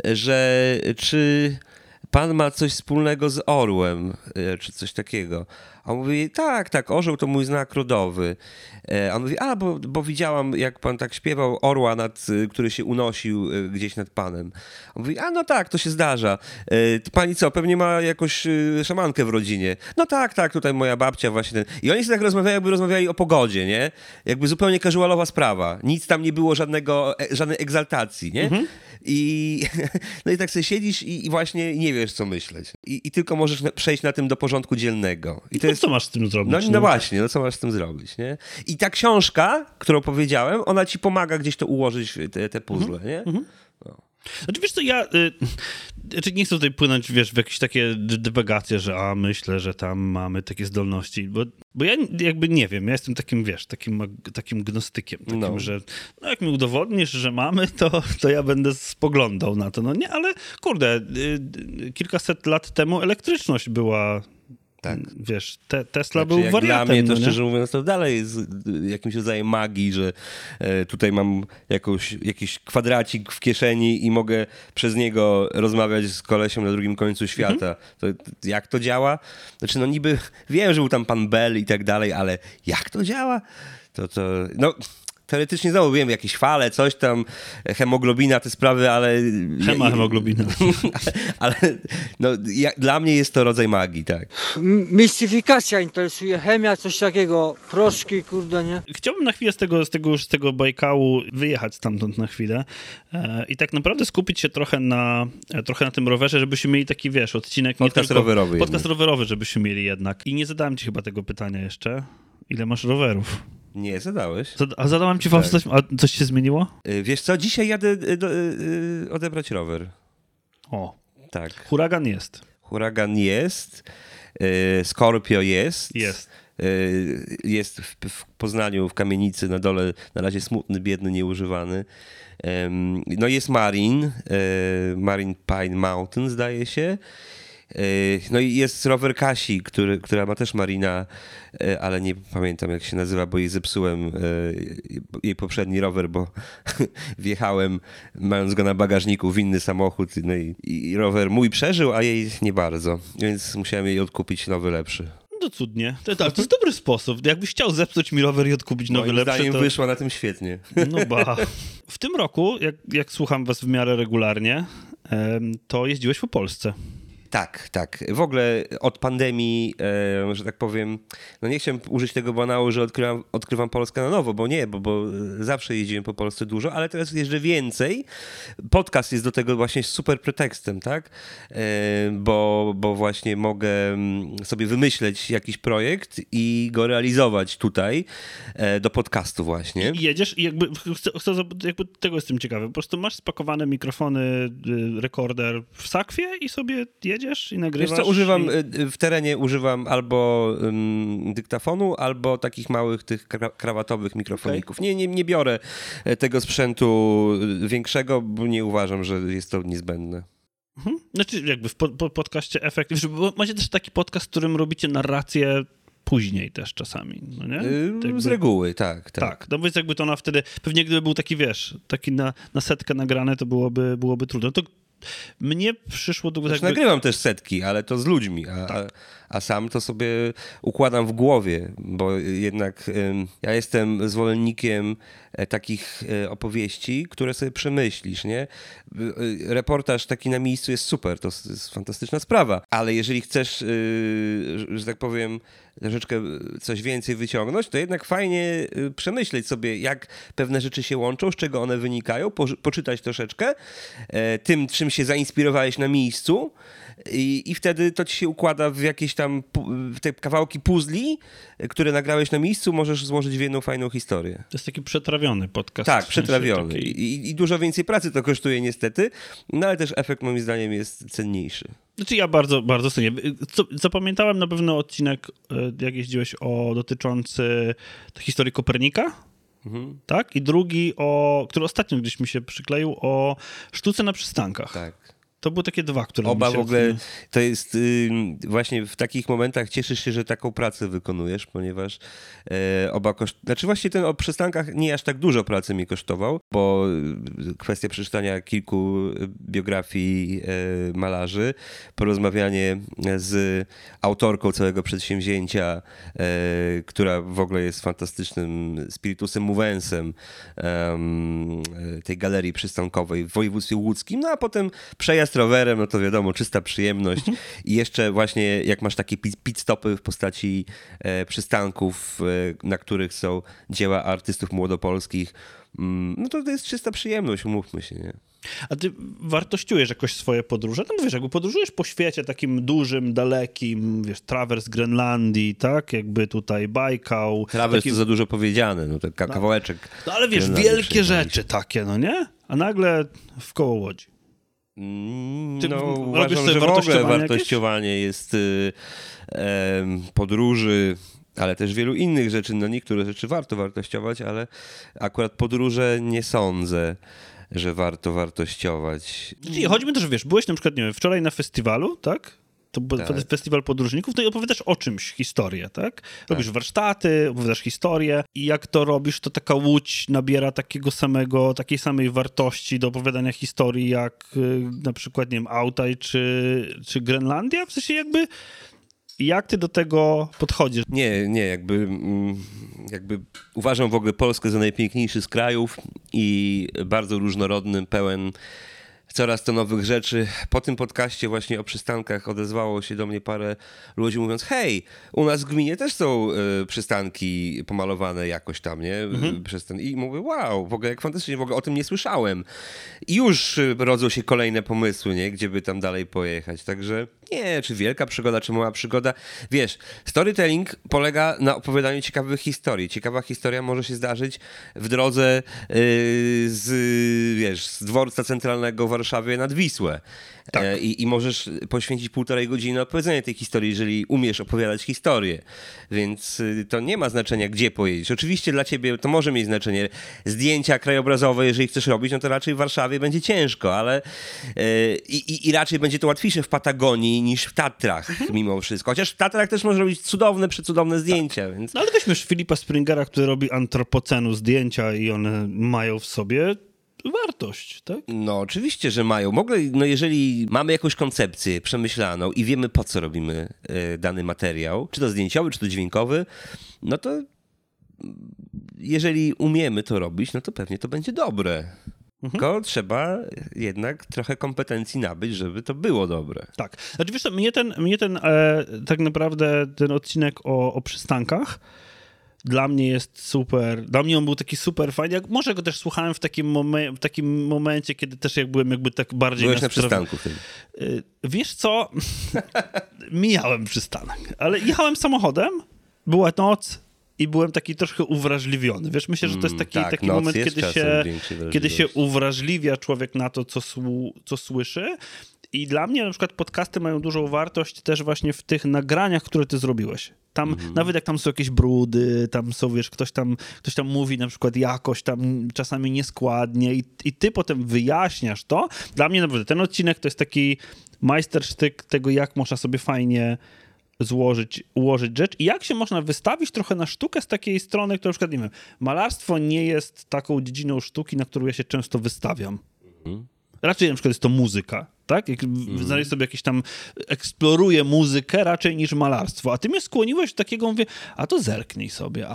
że czy pan ma coś wspólnego z orłem, czy coś takiego. A on mówi, tak, tak, orzeł to mój znak rodowy. A on mówi, a, bo, bo widziałam, jak pan tak śpiewał orła, nad, który się unosił gdzieś nad panem. On mówi, a no tak, to się zdarza. Pani co, pewnie ma jakąś szamankę w rodzinie. No tak, tak, tutaj moja babcia właśnie. Ten. I oni się tak rozmawiają, jakby rozmawiali o pogodzie, nie? Jakby zupełnie casualowa sprawa. Nic tam nie było, żadnego, żadnej egzaltacji, nie? Mhm. I, no i tak sobie siedzisz i, i właśnie nie wiesz, co myśleć. I, i tylko możesz przejść na tym do porządku dziennego. I to no jest... co masz z tym zrobić? No, no właśnie, no co masz z tym zrobić, nie? I ta książka, którą powiedziałem, ona ci pomaga gdzieś to ułożyć, te, te puzzle, mm-hmm. nie? Mm-hmm. No. Znaczy, wiesz co, ja y, nie chcę tutaj płynąć, wiesz, w jakieś takie dywagacje, że a, myślę, że tam mamy takie zdolności, bo, bo ja jakby nie wiem, ja jestem takim, wiesz, takim, takim gnostykiem, takim, no. że no jak mi udowodnisz, że mamy, to, to ja będę spoglądał na to, no nie, ale kurde, y, kilkaset lat temu elektryczność była... Tak. Wiesz, te, Tesla znaczy, był jak wariatem. Dla mnie to no, szczerze mówiąc to dalej jest jakimś rodzajem magii, że e, tutaj mam jakąś, jakiś kwadracik w kieszeni i mogę przez niego rozmawiać z kolesiem na drugim końcu świata. Mhm. To, jak to działa? Znaczy no niby wiem, że był tam pan Bell i tak dalej, ale jak to działa? To to... No, teoretycznie znowu wiem, jakieś fale, coś tam, hemoglobina, te sprawy, ale... Hema hemoglobina. ale no, ja, dla mnie jest to rodzaj magii, tak. Mistyfikacja interesuje, chemia, coś takiego, proszki, kurde, nie? Chciałbym na chwilę z tego, z tego już z tego Bajkału wyjechać stamtąd na chwilę e, i tak naprawdę skupić się trochę na, e, trochę na tym rowerze, żebyśmy mieli taki, wiesz, odcinek... Podcast nie tylko, rowerowy. Podcast jednak. rowerowy, żebyśmy mieli jednak. I nie zadałem ci chyba tego pytania jeszcze. Ile masz rowerów? Nie, zadałeś. A zadałem ci tak. coś, a coś się zmieniło? Wiesz co, dzisiaj jadę do, odebrać rower. O, tak. Huragan jest. Huragan jest, Scorpio jest. Jest. Jest w, w Poznaniu, w Kamienicy, na dole, na razie smutny, biedny, nieużywany. No jest Marin, Marin Pine Mountain, zdaje się. No i jest rower Kasi, który, która ma też Marina, ale nie pamiętam jak się nazywa, bo jej zepsułem jej poprzedni rower, bo wjechałem mając go na bagażniku w inny samochód, no i, i rower mój przeżył, a jej nie bardzo, więc musiałem jej odkupić nowy, lepszy. To cudnie. To, to, to jest dobry sposób. Jakbyś chciał zepsuć mi rower i odkupić nowy, Moim lepszy, zdaniem to... wyszła na tym świetnie. No ba. W tym roku, jak, jak słucham was w miarę regularnie, to jeździłeś po Polsce. Tak, tak. W ogóle od pandemii, e, że tak powiem, no nie chciałem użyć tego banału, że odkrywam, odkrywam Polskę na nowo, bo nie, bo, bo zawsze jeździłem po Polsce dużo, ale teraz jeżdżę więcej. Podcast jest do tego właśnie super pretekstem, tak? E, bo, bo właśnie mogę sobie wymyśleć jakiś projekt i go realizować tutaj e, do podcastu właśnie. I jedziesz i jakby, chcę, chcę, jakby tego jestem ciekawy, po prostu masz spakowane mikrofony, rekorder w sakwie i sobie jedziesz i nagrywasz? Wiesz co, używam, i... w terenie używam albo um, dyktafonu, albo takich małych tych kra- krawatowych mikrofoników. Okay. Nie, nie, nie biorę tego sprzętu większego, bo nie uważam, że jest to niezbędne. Mhm. Znaczy jakby w po, po podcaście efekt, bo macie też taki podcast, w którym robicie narrację później też czasami, no nie? Jakby... Z reguły, tak, tak. Tak, no więc jakby to na wtedy, pewnie gdyby był taki, wiesz, taki na, na setkę nagrane, to byłoby, byłoby trudno. To mnie przyszło do... Znaczy, jakby... nagrywam też setki, ale to z ludźmi, a, tak. a, a sam to sobie układam w głowie, bo jednak ym, ja jestem zwolennikiem takich opowieści, które sobie przemyślisz, nie? Reportaż taki na miejscu jest super, to jest fantastyczna sprawa, ale jeżeli chcesz, yy, że tak powiem, troszeczkę coś więcej wyciągnąć, to jednak fajnie przemyśleć sobie, jak pewne rzeczy się łączą, z czego one wynikają, po, poczytać troszeczkę, e, tym, czym się zainspirowałeś na miejscu i, i wtedy to ci się układa w jakieś tam pu- w te kawałki puzli, które nagrałeś na miejscu, możesz złożyć w jedną fajną historię. To jest taki przetrawiony podcast. Tak, w sensie przetrawiony. takiej- I, I dużo więcej pracy to kosztuje niestety, no ale też efekt moim zdaniem jest cenniejszy. Znaczy ja bardzo, bardzo cenię. Co, zapamiętałem na pewno odcinek, e, jak jeździłeś, o dotyczący historii Kopernika, Mhm. tak? I drugi, o, który ostatnio gdzieś mi się przykleił, o sztuce na przystankach. Tak. To były takie dwa, które Oba mi się... w ogóle, to jest y, właśnie w takich momentach cieszysz się, że taką pracę wykonujesz, ponieważ e, oba koszt... Znaczy właśnie ten o przystankach nie aż tak dużo pracy mi kosztował, bo y, kwestia przeczytania kilku biografii e, malarzy, porozmawianie z autorką całego przedsięwzięcia, e, która w ogóle jest fantastycznym spiritusem movensem em, tej galerii przystankowej w województwie łódzkim, no a potem przejazd rowerem, no to wiadomo, czysta przyjemność. I jeszcze właśnie jak masz takie pit, pit stopy w postaci e, przystanków, e, na których są dzieła artystów młodopolskich, mm, no to to jest czysta przyjemność, umówmy się, nie? A ty wartościujesz jakoś swoje podróże? No wiesz, jakby podróżujesz po świecie takim dużym, dalekim, wiesz, trawers Grenlandii, tak? Jakby tutaj Bajkał. Trawers taki... to za dużo powiedziane, no to ka- kawałeczek. No ale wiesz, Grenlandii wielkie przejechaliśmy. rzeczy takie, no nie? A nagle w koło Łodzi. Mm, Ty no, robisz uważam, sobie że w ogóle wartościowanie wartościowanie jest y, em, podróży, ale też wielu innych rzeczy. No niektóre rzeczy warto wartościować, ale akurat podróże nie sądzę, że warto wartościować. Czyli chodzi mi też, wiesz, byłeś na przykład, nie wiem, wczoraj na festiwalu, tak? To był Tak. festiwal podróżników, to i opowiadasz o czymś historię, tak? Robisz warsztaty, opowiadasz historię i jak to robisz, to taka Łódź nabiera takiego samego, takiej samej wartości do opowiadania historii jak y, na przykład, nie wiem, Altaj czy, czy Grenlandia? W sensie jakby, jak ty do tego podchodzisz? Nie, nie, jakby, mm, jakby uważam w ogóle Polskę za najpiękniejszy z krajów i bardzo różnorodny, pełen coraz to nowych rzeczy. Po tym podcaście właśnie o przystankach odezwało się do mnie parę ludzi mówiąc, hej, u nas w gminie też są y, przystanki pomalowane jakoś tam, nie? Mhm. Przez ten... I mówię, wow, w ogóle jak fantastycznie, w ogóle o tym nie słyszałem. I już y, rodzą się kolejne pomysły, nie? Gdzie by tam dalej pojechać. Także nie, czy wielka przygoda, czy mała przygoda. Wiesz, storytelling polega na opowiadaniu ciekawych historii. Ciekawa historia może się zdarzyć w drodze y, z, wiesz, z dworca centralnego w Warszawie nad Wisłę. Tak. E, I, I możesz poświęcić półtorej godziny na opowiedzenie tej historii, jeżeli umiesz opowiadać historię. Więc y, to nie ma znaczenia, gdzie pojedziesz. Oczywiście dla ciebie to może mieć znaczenie. Zdjęcia krajobrazowe, jeżeli chcesz robić, no to raczej w Warszawie będzie ciężko, ale y, i, i raczej będzie to łatwiejsze w Patagonii niż w Tatrach Mhm. mimo wszystko. Chociaż w Tatrach też możesz robić cudowne, przecudowne zdjęcia. Tak. Więc... No ale weźmy już Filipa Springera, który robi antropocenu zdjęcia i one mają w sobie wartość, tak? No oczywiście, że mają. Mogę, no jeżeli mamy jakąś koncepcję przemyślaną i wiemy, po co robimy e, dany materiał, czy to zdjęciowy, czy to dźwiękowy, no to jeżeli umiemy to robić, no to pewnie to będzie dobre. Mhm. Tylko trzeba jednak trochę kompetencji nabyć, żeby to było dobre. Tak. Znaczy wiesz co, mnie ten, mnie ten e, tak naprawdę ten odcinek o, o przystankach dla mnie jest super, dla mnie on był taki super fajny, jak, może go też słuchałem w takim, momen- w takim momencie, kiedy też jak byłem jakby tak bardziej... Byłeś na nastrow- przystanku wtedy. Y, Wiesz co, mijałem przystanek, ale jechałem samochodem, była noc i byłem taki troszkę uwrażliwiony. Wiesz, myślę, że to jest taki, Mm, tak, taki noc moment, jest kiedy czasem się, większej kiedy się wrażliwości. uwrażliwia człowiek na to, co, słu- co słyszy. I dla mnie na przykład podcasty mają dużą wartość też właśnie w tych nagraniach, które ty zrobiłeś. Tam, Mhm. nawet jak tam są jakieś brudy, tam są, wiesz, ktoś tam, ktoś tam mówi na przykład jakoś tam czasami nieskładnie i, i ty potem wyjaśniasz to. Dla mnie naprawdę ten odcinek to jest taki majstersztyk tego, jak można sobie fajnie złożyć, ułożyć rzecz i jak się można wystawić trochę na sztukę z takiej strony, która na przykład, nie wiem, malarstwo nie jest taką dziedziną sztuki, na którą ja się często wystawiam. Mhm. Raczej na przykład jest to muzyka, tak? Jak mm. znaleźć sobie jakieś tam, eksploruję muzykę raczej niż malarstwo. A ty mnie skłoniłeś do takiego, mówię, a to zerknij sobie, a to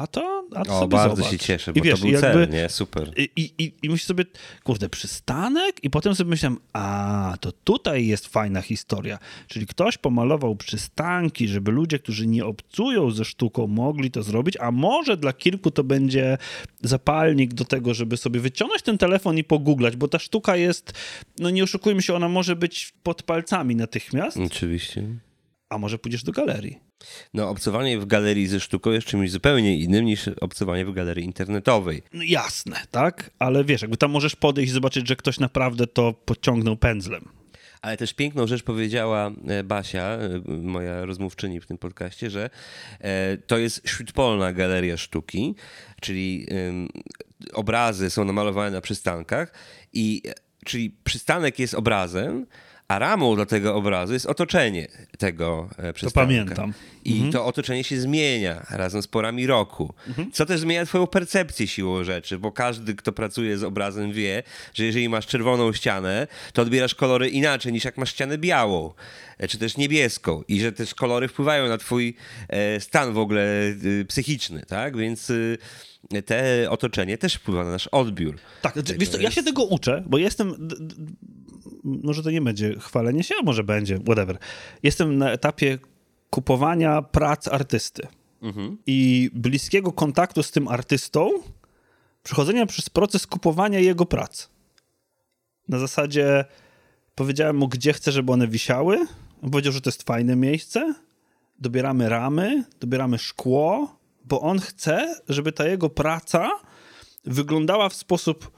a to O, sobie bardzo zobacz. się cieszę, I bo wiesz, to był jakby, cel, nie? Super. I, i, I myślę sobie, kurde, przystanek? I potem sobie myślałem, a, to tutaj jest fajna historia. Czyli ktoś pomalował przystanki, żeby ludzie, którzy nie obcują ze sztuką, mogli to zrobić, a może dla kilku to będzie zapalnik do tego, żeby sobie wyciągnąć ten telefon i pogooglać, bo ta sztuka jest, no nie oszukujmy się, ona może być pod palcami natychmiast, Oczywiście. a może pójdziesz do galerii. No, obcowanie w galerii ze sztuką jest czymś zupełnie innym niż obcowanie w galerii internetowej. No jasne, tak? Ale wiesz, jakby tam możesz podejść i zobaczyć, że ktoś naprawdę to pociągnął pędzlem. Ale też piękną rzecz powiedziała e, Basia, e, moja rozmówczyni w tym podcaście, że e, to jest śródpolna galeria sztuki, czyli ym, obrazy są namalowane na przystankach, i, czyli przystanek jest obrazem, a ramą do tego obrazu jest otoczenie tego e, przystanka. pamiętam. I Mhm. to otoczenie się zmienia razem z porami roku, Mhm. co też zmienia twoją percepcję siłą rzeczy, bo każdy, kto pracuje z obrazem, wie, że jeżeli masz czerwoną ścianę, to odbierasz kolory inaczej niż jak masz ścianę białą, e, czy też niebieską, i że też kolory wpływają na twój e, stan w ogóle e, psychiczny, tak? Więc e, te otoczenie też wpływa na nasz odbiór. Tak, znaczy, Tego wiesz co, ja jest- się tego uczę, bo jestem, d- d- może to nie będzie chwalenie się, a może będzie, whatever. Jestem na etapie kupowania prac artysty Mhm. i bliskiego kontaktu z tym artystą, przechodzenia przez proces kupowania jego prac. Na zasadzie powiedziałem mu, gdzie chcę, żeby one wisiały. On powiedział, że to jest fajne miejsce. Dobieramy ramy, dobieramy szkło, bo on chce, żeby ta jego praca wyglądała w sposób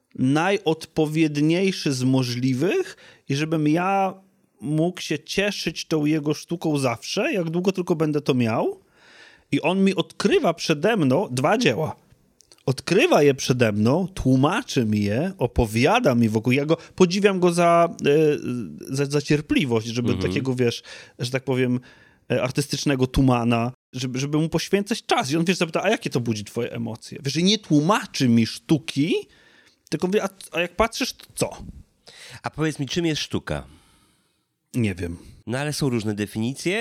najodpowiedniejszy z możliwych i żebym ja mógł się cieszyć tą jego sztuką zawsze, jak długo tylko będę to miał. I on mi odkrywa przede mną dwa dzieła. Odkrywa je przede mną, tłumaczy mi je, opowiada mi wokół. Ja go podziwiam go za, e, za, za cierpliwość, żeby Mhm. takiego, wiesz, że tak powiem, e, artystycznego tumana, żeby, żeby mu poświęcać czas. I on, wiesz, zapyta, a jakie to budzi twoje emocje? Wiesz, i nie tłumaczy mi sztuki, tylko mówi, a, a jak patrzysz, to co? A powiedz mi, czym jest sztuka? Nie wiem. No ale są różne definicje.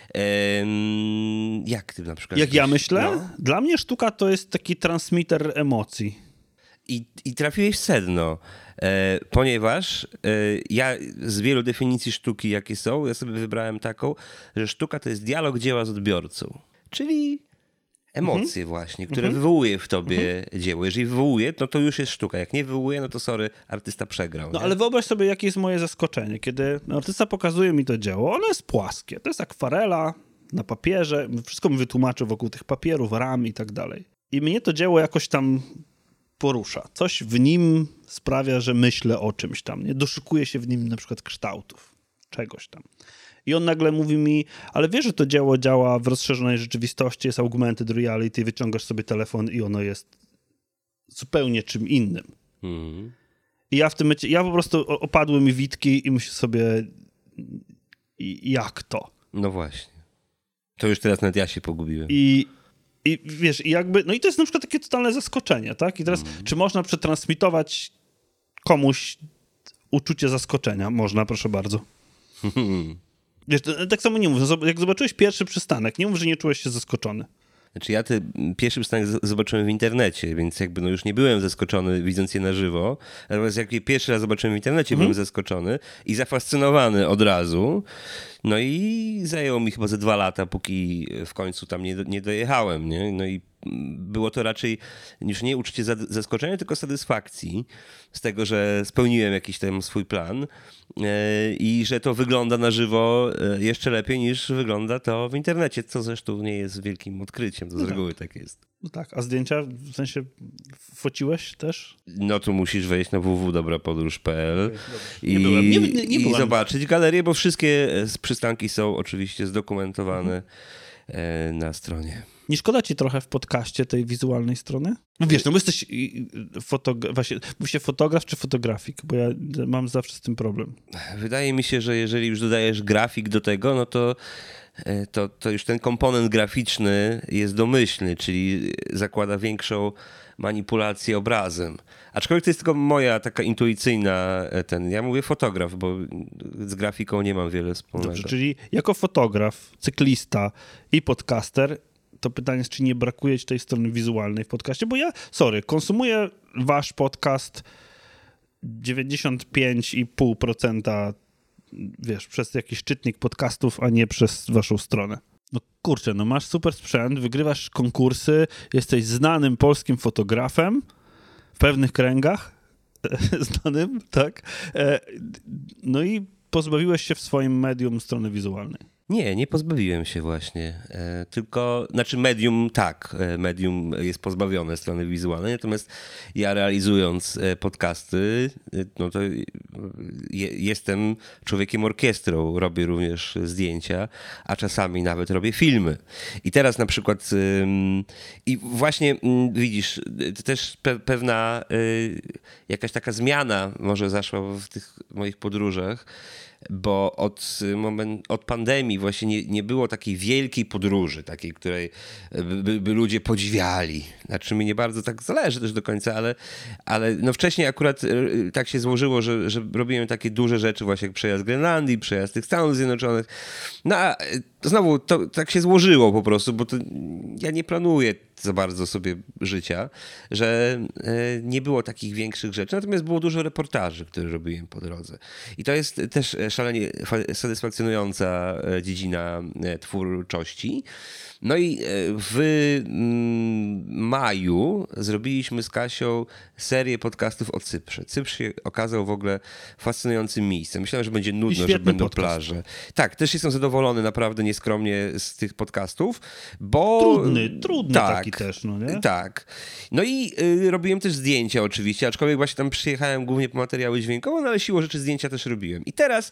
Ehm, jak ty na przykład... Jak ja byś- myślę, No. dla mnie sztuka to jest taki transmitter emocji. I, I trafiłeś w sedno, e, ponieważ e, ja z wielu definicji sztuki, jakie są, ja sobie wybrałem taką, że sztuka to jest dialog dzieła z odbiorcą. Czyli emocje Mhm. właśnie, które wywołuje w tobie dzieło. Jeżeli wywołuje, no to już jest sztuka. Jak nie wywołuje, no to sorry, artysta przegrał. No nie? ale wyobraź sobie, jakie jest moje zaskoczenie, kiedy artysta pokazuje mi to dzieło, ono jest płaskie, to jest akwarela na papierze, wszystko mi wytłumaczy wokół tych papierów, ram i tak dalej. I mnie to dzieło jakoś tam porusza. Coś w nim sprawia, że myślę o czymś tam, nie? Doszukuję się w nim na przykład kształtów, czegoś tam. I on nagle mówi mi, ale wiesz, że to dzieło działa w rozszerzonej rzeczywistości, jest augmented reality, wyciągasz sobie telefon i ono jest zupełnie czym innym. Mhm. I ja w tym momencie, ja po prostu o- opadły mi witki i myślę sobie, i- jak to? No właśnie. To już teraz nawet ja się pogubiłem. I, i wiesz, i jakby, no i to jest na przykład takie totalne zaskoczenie, tak? I teraz, czy można przetransmitować komuś uczucie zaskoczenia? Można, proszę bardzo. Wiesz, to- tak samo nie mów, zob- jak zobaczyłeś pierwszy przystanek, nie mów, że nie czułeś się zaskoczony. Znaczy ja ten pierwszy przystanek z- zobaczyłem w internecie, więc jakby no już nie byłem zaskoczony widząc je na żywo. Natomiast jak je pierwszy raz zobaczyłem w internecie, byłem zaskoczony i zafascynowany od razu. No i zajęło mi chyba ze dwa lata, póki w końcu tam nie, do- nie dojechałem, nie? No i było to raczej już nie uczucie zad- zaskoczenia, tylko satysfakcji z tego, że spełniłem jakiś tam swój plan e, i że to wygląda na żywo e, jeszcze lepiej niż wygląda to w internecie, co zresztą nie jest wielkim odkryciem, to z reguły tak jest. No tak, a zdjęcia, w sensie fociłeś też? No tu musisz wejść na w w w kropka dobra podróż kropka p l i, Nie byłem, nie- nie- nie i byłem. zobaczyć galerię, bo wszystkie e, przystanki są oczywiście zdokumentowane e, na stronie. Nie szkoda ci trochę w podcaście tej wizualnej strony? No wiesz, no bo jesteś fotograf, właśnie, mówi się fotograf czy fotografik, bo ja mam zawsze z tym problem. Wydaje mi się, że jeżeli już dodajesz grafik do tego, no to, e, to, to już ten komponent graficzny jest domyślny, czyli zakłada większą manipulację obrazem. Aczkolwiek to jest tylko moja taka intuicyjna e, ten, ja mówię fotograf, bo z grafiką nie mam wiele wspólnego. Dobrze, czyli jako fotograf, cyklista i podcaster, to pytanie jest, czy nie brakuje ci tej strony wizualnej w podcaście, bo ja, sorry, konsumuję wasz podcast dziewięćdziesiąt pięć i pół procent wiesz, przez jakiś czytnik podcastów, a nie przez waszą stronę. No kurczę, no masz super sprzęt, wygrywasz konkursy, jesteś znanym polskim fotografem w pewnych kręgach, znanym, tak? No i pozbawiłeś się w swoim medium strony wizualnej. Nie, nie pozbawiłem się właśnie, e, tylko, znaczy medium tak, e, medium jest pozbawione strony wizualnej, natomiast ja realizując e, podcasty, e, no to je, jestem człowiekiem orkiestrą, robię również zdjęcia, a czasami nawet robię filmy. I teraz na przykład, e, i właśnie m, widzisz, to też pe, pewna e, jakaś taka zmiana może zaszła w tych moich podróżach, bo od, moment, od pandemii właśnie nie, nie było takiej wielkiej podróży, takiej, której by, by ludzie podziwiali. Znaczy mi nie bardzo tak zależy też do końca, ale, ale no wcześniej akurat tak się złożyło, że, że robiłem takie duże rzeczy właśnie jak przejazd Grenlandii, przejazd tych Stanów Zjednoczonych. No a znowu to tak się złożyło po prostu, bo to ja nie planuję za bardzo sobie życia, że nie było takich większych rzeczy, natomiast było dużo reportaży, które robiłem po drodze. I to jest też szalenie satysfakcjonująca dziedzina twórczości. No i w maju zrobiliśmy z Kasią serię podcastów o Cyprze. Cypr się okazał w ogóle fascynującym miejscem. Myślałem, że będzie nudno, że będą podcast. plaże. Tak, też jestem zadowolony naprawdę nieskromnie z tych podcastów, bo... Trudny, trudny tak, taki też, no nie? Tak. No i y, robiłem też zdjęcia oczywiście, aczkolwiek właśnie tam przyjechałem głównie po materiały dźwiękowe, no ale siłą rzeczy zdjęcia też robiłem. I teraz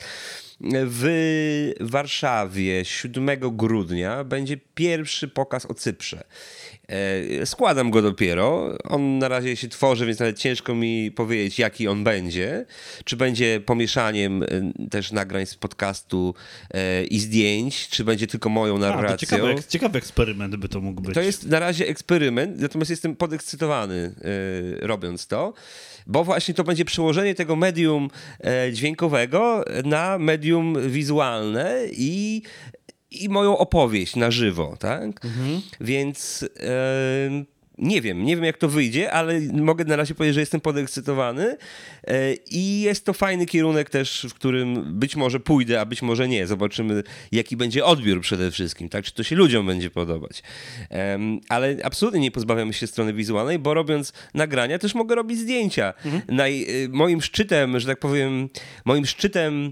w Warszawie siódmego grudnia będzie pierwszy pokaz o Cyprze. Składam go dopiero. On na razie się tworzy, więc nawet ciężko mi powiedzieć, jaki on będzie. Czy będzie pomieszaniem też nagrań z podcastu i zdjęć, czy będzie tylko moją narracją. A, to ciekawy, ciekawy eksperyment by to mógł być. To jest na razie eksperyment, natomiast jestem podekscytowany robiąc to, bo właśnie to będzie przełożenie tego medium dźwiękowego na medium wizualne i i moją opowieść na żywo, tak? Mhm. Więc e, nie wiem, nie wiem jak to wyjdzie, ale mogę na razie powiedzieć, że jestem podekscytowany e, i jest to fajny kierunek też, w którym być może pójdę, a być może nie. Zobaczymy, jaki będzie odbiór przede wszystkim, tak? Czy to się ludziom będzie podobać. E, ale absolutnie nie pozbawiam się strony wizualnej, bo robiąc nagrania też mogę robić zdjęcia. Mhm. Naj, moim szczytem, że tak powiem, moim szczytem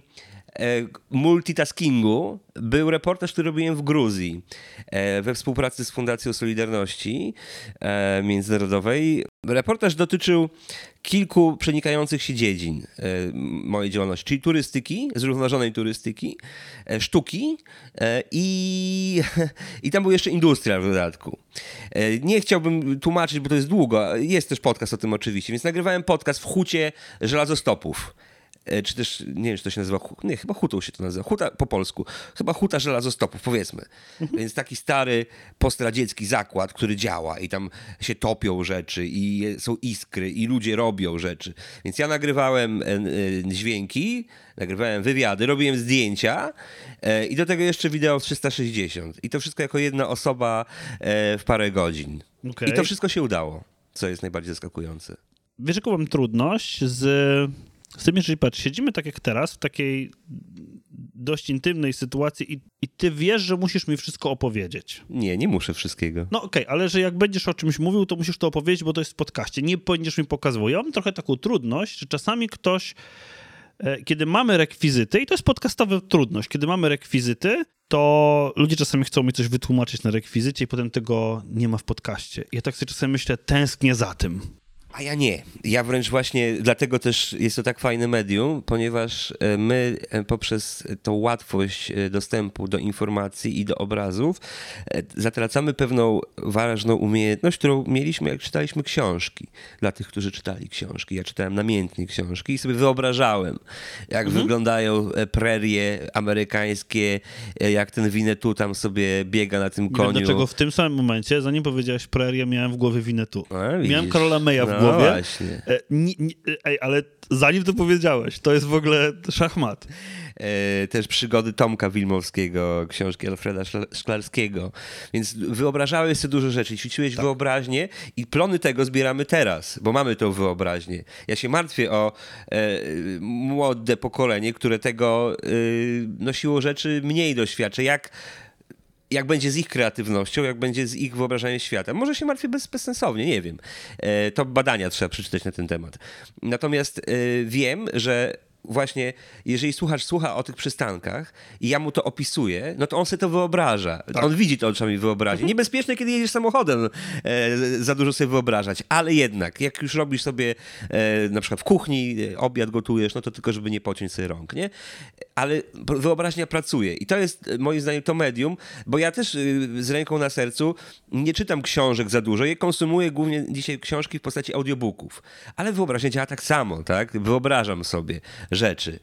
multitaskingu był reportaż, który robiłem w Gruzji we współpracy z Fundacją Solidarności Międzynarodowej. Reportaż dotyczył kilku przenikających się dziedzin mojej działalności, czyli turystyki, zrównoważonej turystyki, sztuki i, i tam był jeszcze industria w dodatku. Nie chciałbym tłumaczyć, bo to jest długo, jest też podcast o tym oczywiście, więc nagrywałem podcast w hucie żelazostopów. Czy też, nie wiem, czy to się nazywa, nie, chyba hutą się to nazywa, huta po polsku, chyba huta żelazostopów, powiedzmy. Mhm. Więc taki stary postradziecki zakład, który działa i tam się topią rzeczy i są iskry i ludzie robią rzeczy. Więc ja nagrywałem dźwięki, nagrywałem wywiady, robiłem zdjęcia i do tego jeszcze wideo w trzysta sześćdziesiąt. I to wszystko jako jedna osoba w parę godzin. Okay. I to wszystko się udało, co jest najbardziej zaskakujące. Wiesz, jaką mam trudność z... Z tym, jeżeli patrz, siedzimy tak jak teraz, w takiej dość intymnej sytuacji i, i ty wiesz, że musisz mi wszystko opowiedzieć. Nie, nie muszę wszystkiego. No okej, okay, ale że jak będziesz o czymś mówił, to musisz to opowiedzieć, bo to jest w podcaście. Nie będziesz mi pokazywał. Ja mam trochę taką trudność, że czasami ktoś, e, kiedy mamy rekwizyty, i to jest podcastowa trudność, kiedy mamy rekwizyty, to ludzie czasami chcą mi coś wytłumaczyć na rekwizycie i potem tego nie ma w podcaście. Ja tak sobie czasami myślę, tęsknię za tym. A ja nie. Ja wręcz właśnie dlatego też jest to tak fajne medium, ponieważ my poprzez tą łatwość dostępu do informacji i do obrazów zatracamy pewną ważną umiejętność, którą mieliśmy, jak czytaliśmy książki. Dla tych, którzy czytali książki. Ja czytałem namiętnie książki i sobie wyobrażałem, jak mhm. wyglądają prerie amerykańskie, jak ten Winnetou tam sobie biega na tym koniu. Nie wiem, dlaczego w tym samym momencie, zanim powiedziałeś prerię, miałem w głowie Winnetou. A, miałem Karola Maya w głowie. głowie. Właśnie. E, nie, nie, ej, ale zanim to powiedziałeś, to jest w ogóle szachmat. E, też przygody Tomka Wilmowskiego, książki Alfreda Szklarskiego. Więc wyobrażałeś sobie dużo rzeczy, ćwiczyłeś tak. wyobraźnię i plony tego zbieramy teraz, bo mamy tą wyobraźnię. Ja się martwię o e, młode pokolenie, które tego e, nosiło rzeczy mniej doświadczy. Jak jak będzie z ich kreatywnością, jak będzie z ich wyobrażeniem świata. Może się martwię bez, bezsensownie, nie wiem. E, to badania trzeba przeczytać na ten temat. Natomiast e, wiem, że właśnie jeżeli słuchacz słucha o tych przystankach i ja mu to opisuję, no to on sobie to wyobraża. Tak. On widzi to oczami wyobraźni. Niebezpieczne, kiedy jedziesz samochodem, e, za dużo sobie wyobrażać, ale jednak, jak już robisz sobie e, na przykład w kuchni, obiad gotujesz, no to tylko, żeby nie pociąć sobie rąk, nie? Ale wyobraźnia pracuje i to jest moim zdaniem to medium, bo ja też z ręką na sercu nie czytam książek za dużo, je konsumuję głównie dzisiaj książki w postaci audiobooków, ale wyobraźnia działa tak samo, tak? Wyobrażam sobie rzeczy.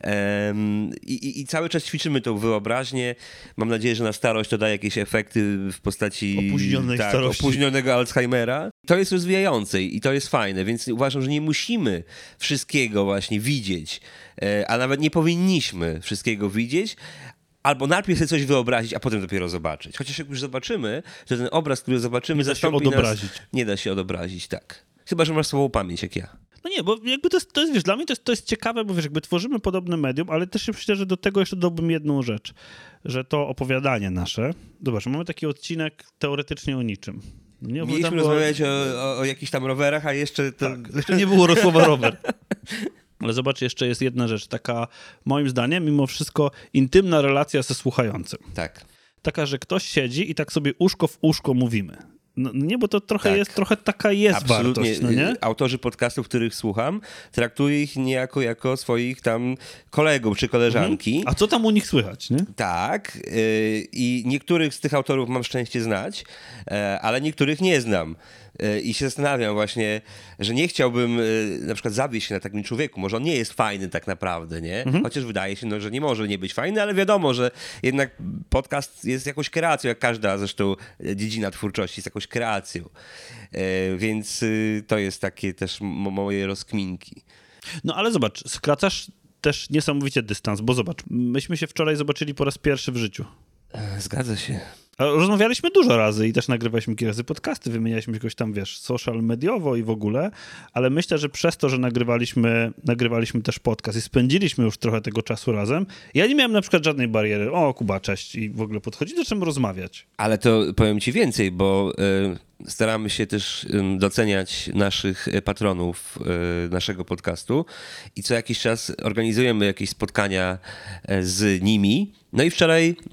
Um, i, I cały czas ćwiczymy tą wyobraźnię. Mam nadzieję, że na starość to daje jakieś efekty w postaci opóźnionej tak, starości. opóźnionego Alzheimera. To jest rozwijające i to jest fajne, więc uważam, że nie musimy wszystkiego właśnie widzieć, a nawet nie powinniśmy wszystkiego widzieć, albo najpierw sobie coś wyobrazić, a potem dopiero zobaczyć. Chociaż jak już zobaczymy, to ten obraz, który zobaczymy, nie da się zastąpi odobrazić. nas... Nie da się odobrazić, tak. Chyba że masz słabą pamięć, jak ja. No nie, bo jakby to jest, to jest wiesz, dla mnie to jest, to jest ciekawe, bo wiesz, jakby tworzymy podobne medium, ale też się myślę, że do tego jeszcze dodałbym jedną rzecz, że to opowiadanie nasze, zobacz, mamy taki odcinek teoretycznie o niczym. Nie Mieliśmy rozmawiać o, o, o jakichś tam rowerach, a jeszcze to... Tak, jeszcze nie było słowa rower. Ale zobacz, jeszcze jest jedna rzecz, taka moim zdaniem mimo wszystko intymna relacja ze słuchającym. Tak. Taka, że ktoś siedzi i tak sobie uszko w uszko mówimy. No nie, bo to trochę tak. jest, trochę taka jest Absolutnie. wartość, no nie? Autorzy podcastów, których słucham, traktuję ich niejako jako swoich tam kolegów czy koleżanki. Mhm. A co tam u nich słychać, nie? Tak. Yy, I niektórych z tych autorów mam szczęście znać, yy, ale niektórych nie znam. I się zastanawiam właśnie, że nie chciałbym na przykład zawieść się na takim człowieku. Może on nie jest fajny tak naprawdę, nie? Mhm. Chociaż wydaje się, no, że nie może nie być fajny, ale wiadomo, że jednak podcast jest jakąś kreacją, jak każda zresztą dziedzina twórczości jest jakąś kreacją. Więc to jest takie też moje rozkminki. No ale zobacz, skracasz też niesamowicie dystans, bo zobacz, myśmy się wczoraj zobaczyli po raz pierwszy w życiu. Zgadza się. Rozmawialiśmy dużo razy i też nagrywaliśmy kilka razy podcasty, wymienialiśmy jakoś tam, wiesz, social mediowo i w ogóle, ale myślę, że przez to, że nagrywaliśmy, nagrywaliśmy też podcast i spędziliśmy już trochę tego czasu razem, ja nie miałem na przykład żadnej bariery. O, Kuba, cześć, i w ogóle podchodzi, zaczynamy rozmawiać. Ale to powiem ci więcej, bo y, staramy się też y, doceniać naszych patronów y, naszego podcastu i co jakiś czas organizujemy jakieś spotkania y, z nimi. No i wczoraj y,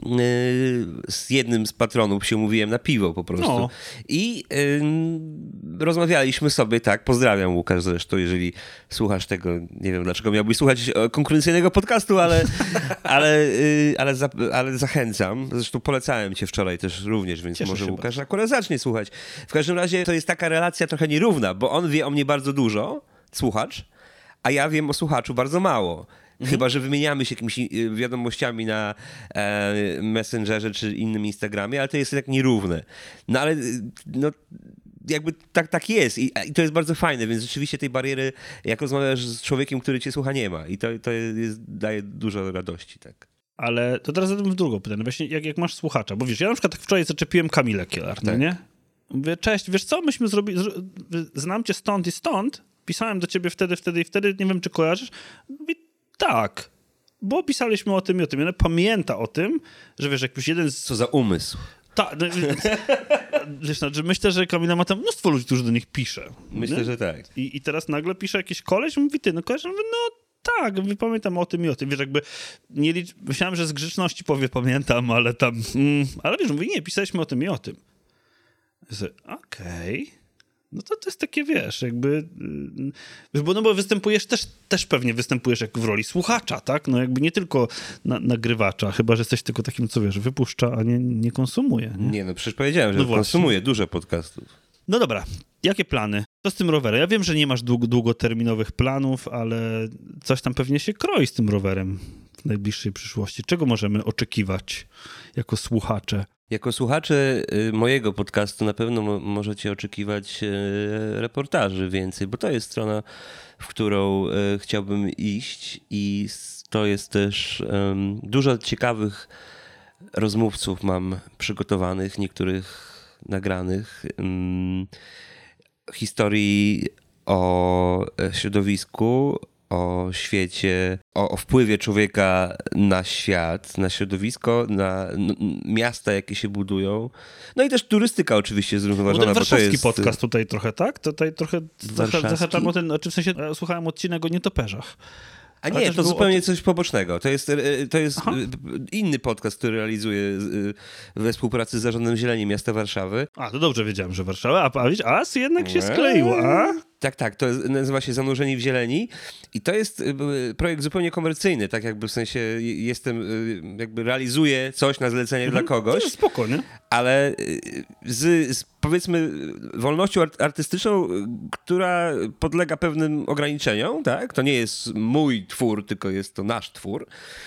z jednym z patronów się umówiłem na piwo po prostu. No. I y, rozmawialiśmy sobie, tak, pozdrawiam Łukasz zresztą, jeżeli słuchasz tego, nie wiem dlaczego miałbyś słuchać konkurencyjnego podcastu, ale, ale, y, ale, za, ale zachęcam. Zresztą polecałem cię wczoraj też również, więc Cieszę może się Łukasz bardzo. akurat zacznie słuchać. W każdym razie to jest taka relacja trochę nierówna, bo on wie o mnie bardzo dużo, słuchacz, a ja wiem o słuchaczu bardzo mało. Mhm. Chyba że wymieniamy się jakimiś wiadomościami na e, Messengerze czy innym Instagramie, ale to jest tak nierówne. No ale no, jakby tak, tak jest I, i to jest bardzo fajne, więc rzeczywiście tej bariery, jak rozmawiasz z człowiekiem, który cię słucha, nie ma i to, to jest, daje dużo radości. Tak. Ale to teraz zadam w drugą pytanie. Właśnie jak, jak masz słuchacza, bo wiesz, ja na przykład tak wczoraj zaczepiłem Kamilę Kielar, no tak. nie? Mówię, cześć, wiesz co, myśmy zrobili, znam cię stąd i stąd, pisałem do ciebie wtedy, wtedy i wtedy, nie wiem, czy kojarzysz. Mówię, tak, bo pisaliśmy o tym i o tym. I ona pamięta o tym, że wiesz, jak już jeden z... Co za umysł. Tak, no, wiesz, znaczy, myślę, że Kamila ma tam mnóstwo ludzi, którzy do nich pisze. Myślę, nie? że tak. I, I teraz nagle pisze jakiś koleś, mówi, ty, no koleś, mówię, no tak, mówię, pamiętam o tym i o tym. Wiesz, jakby nie licz... myślałem, że z grzeczności powie pamiętam, ale tam... Mm, ale wiesz, mówi, nie, pisaliśmy o tym i o tym. Okej. Okay. No to to jest takie, wiesz, jakby... Wiesz, bo, no bo występujesz też, też pewnie występujesz jak w roli słuchacza, tak? No jakby nie tylko na, nagrywacza, chyba że jesteś tylko takim, co wiesz, wypuszcza, a nie, nie konsumuje. Nie? nie, no przecież powiedziałem, że no konsumuję dużo podcastów. No dobra, jakie plany? Co z tym rowerem? Ja wiem, że nie masz dług, długoterminowych planów, ale coś tam pewnie się kroi z tym rowerem w najbliższej przyszłości. Czego możemy oczekiwać jako słuchacze? Jako słuchacze y, mojego podcastu na pewno mo- możecie oczekiwać y, reportaży więcej, bo to jest strona, w którą y, chciałbym iść i s- to jest też ym, dużo ciekawych rozmówców mam przygotowanych, niektórych nagranych, ym, historii o środowisku, o świecie, o, o wpływie człowieka na świat, na środowisko, na n- miasta, jakie się budują. No i też turystyka oczywiście Bo zrównoważona, ten bo to warszawski jest... podcast tutaj trochę, tak? Tutaj trochę Warszawski? zahaczam o ten, znaczy w sensie ja słuchałem odcinek o nietoperzach. A Ale nie, też to było zupełnie o- coś pobocznego. To jest, e, to jest Aha. e, inny podcast, który realizuję e, we współpracy z Zarządem Zieleni Miasta Warszawy. A, to dobrze wiedziałem, że Warszawa, a, a, widzisz, a jednak się skleiło, a? Tak, tak, to jest, nazywa się Zanurzeni w zieleni i to jest y, projekt zupełnie komercyjny, tak jakby w sensie jestem, y, jakby realizuję coś na zlecenie Mhm. dla kogoś, To jest spoko, nie? ale y, z, z powiedzmy wolnością art- artystyczną, y, która podlega pewnym ograniczeniom, tak? To nie jest mój twór, tylko jest to nasz twór,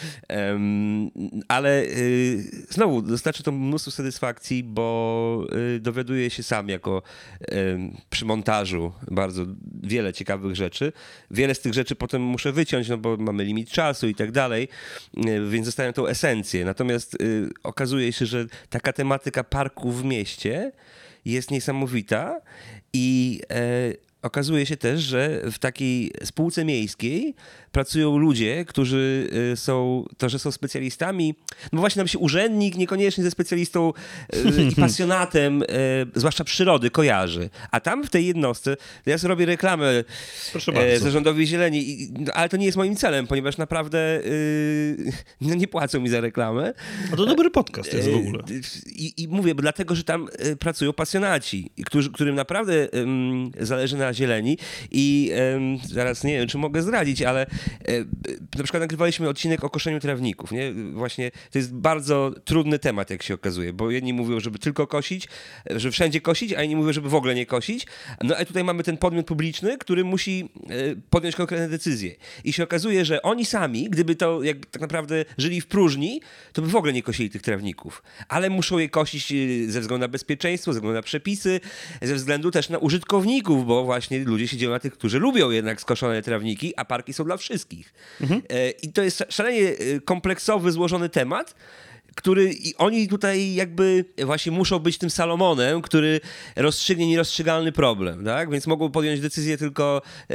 Em, ale y, znowu dostarczy to mnóstwo satysfakcji, bo y, dowiaduję się sam jako em, przy montażu bardzo wiele ciekawych rzeczy. Wiele z tych rzeczy potem muszę wyciąć, no bo mamy limit czasu i tak dalej, y, więc zostawiam tą esencję. Natomiast y, okazuje się, że taka tematyka parku w mieście jest niesamowita i e, okazuje się też, że w takiej spółce miejskiej pracują ludzie, którzy y, są, to, że są specjalistami, no właśnie nam się urzędnik niekoniecznie ze specjalistą y, i pasjonatem, y, zwłaszcza przyrody, kojarzy. A tam w tej jednostce, ja sobie robię reklamę Proszę e, bardzo. Zarządowi Zieleni, i, no, ale to nie jest moim celem, ponieważ naprawdę y, no, nie płacą mi za reklamę. A to dobry podcast jest w ogóle. I, I mówię, bo dlatego, że tam e, pracują pasjonaci, którzy, którym naprawdę em, zależy na zieleni i em, zaraz nie wiem, czy mogę zdradzić, ale e, na przykład nagrywaliśmy odcinek o koszeniu trawników, nie? Właśnie to jest bardzo trudny temat, jak się okazuje, bo jedni mówią, żeby tylko kosić, żeby wszędzie kosić, a inni mówią, żeby w ogóle nie kosić. No a tutaj mamy ten podmiot publiczny, który musi e, podjąć konkretne decyzje. I się okazuje, że oni sami, gdyby to jak tak naprawdę żyli w próżni, to by w ogóle nie kosili tych trawników. Ale muszą je kosić e, ze względu na bezpieczeństwo, ze względu na przepisy, ze względu też na użytkowników, bo właśnie ludzie się dzielą na tych, którzy lubią jednak skoszone trawniki, a parki są dla wszystkich. Mhm. E, I to jest szalenie e, kompleksowy, złożony temat, który i oni tutaj jakby właśnie muszą być tym Salomonem, który rozstrzygnie nierozstrzygalny problem, tak? Więc mogą podjąć decyzje tylko e,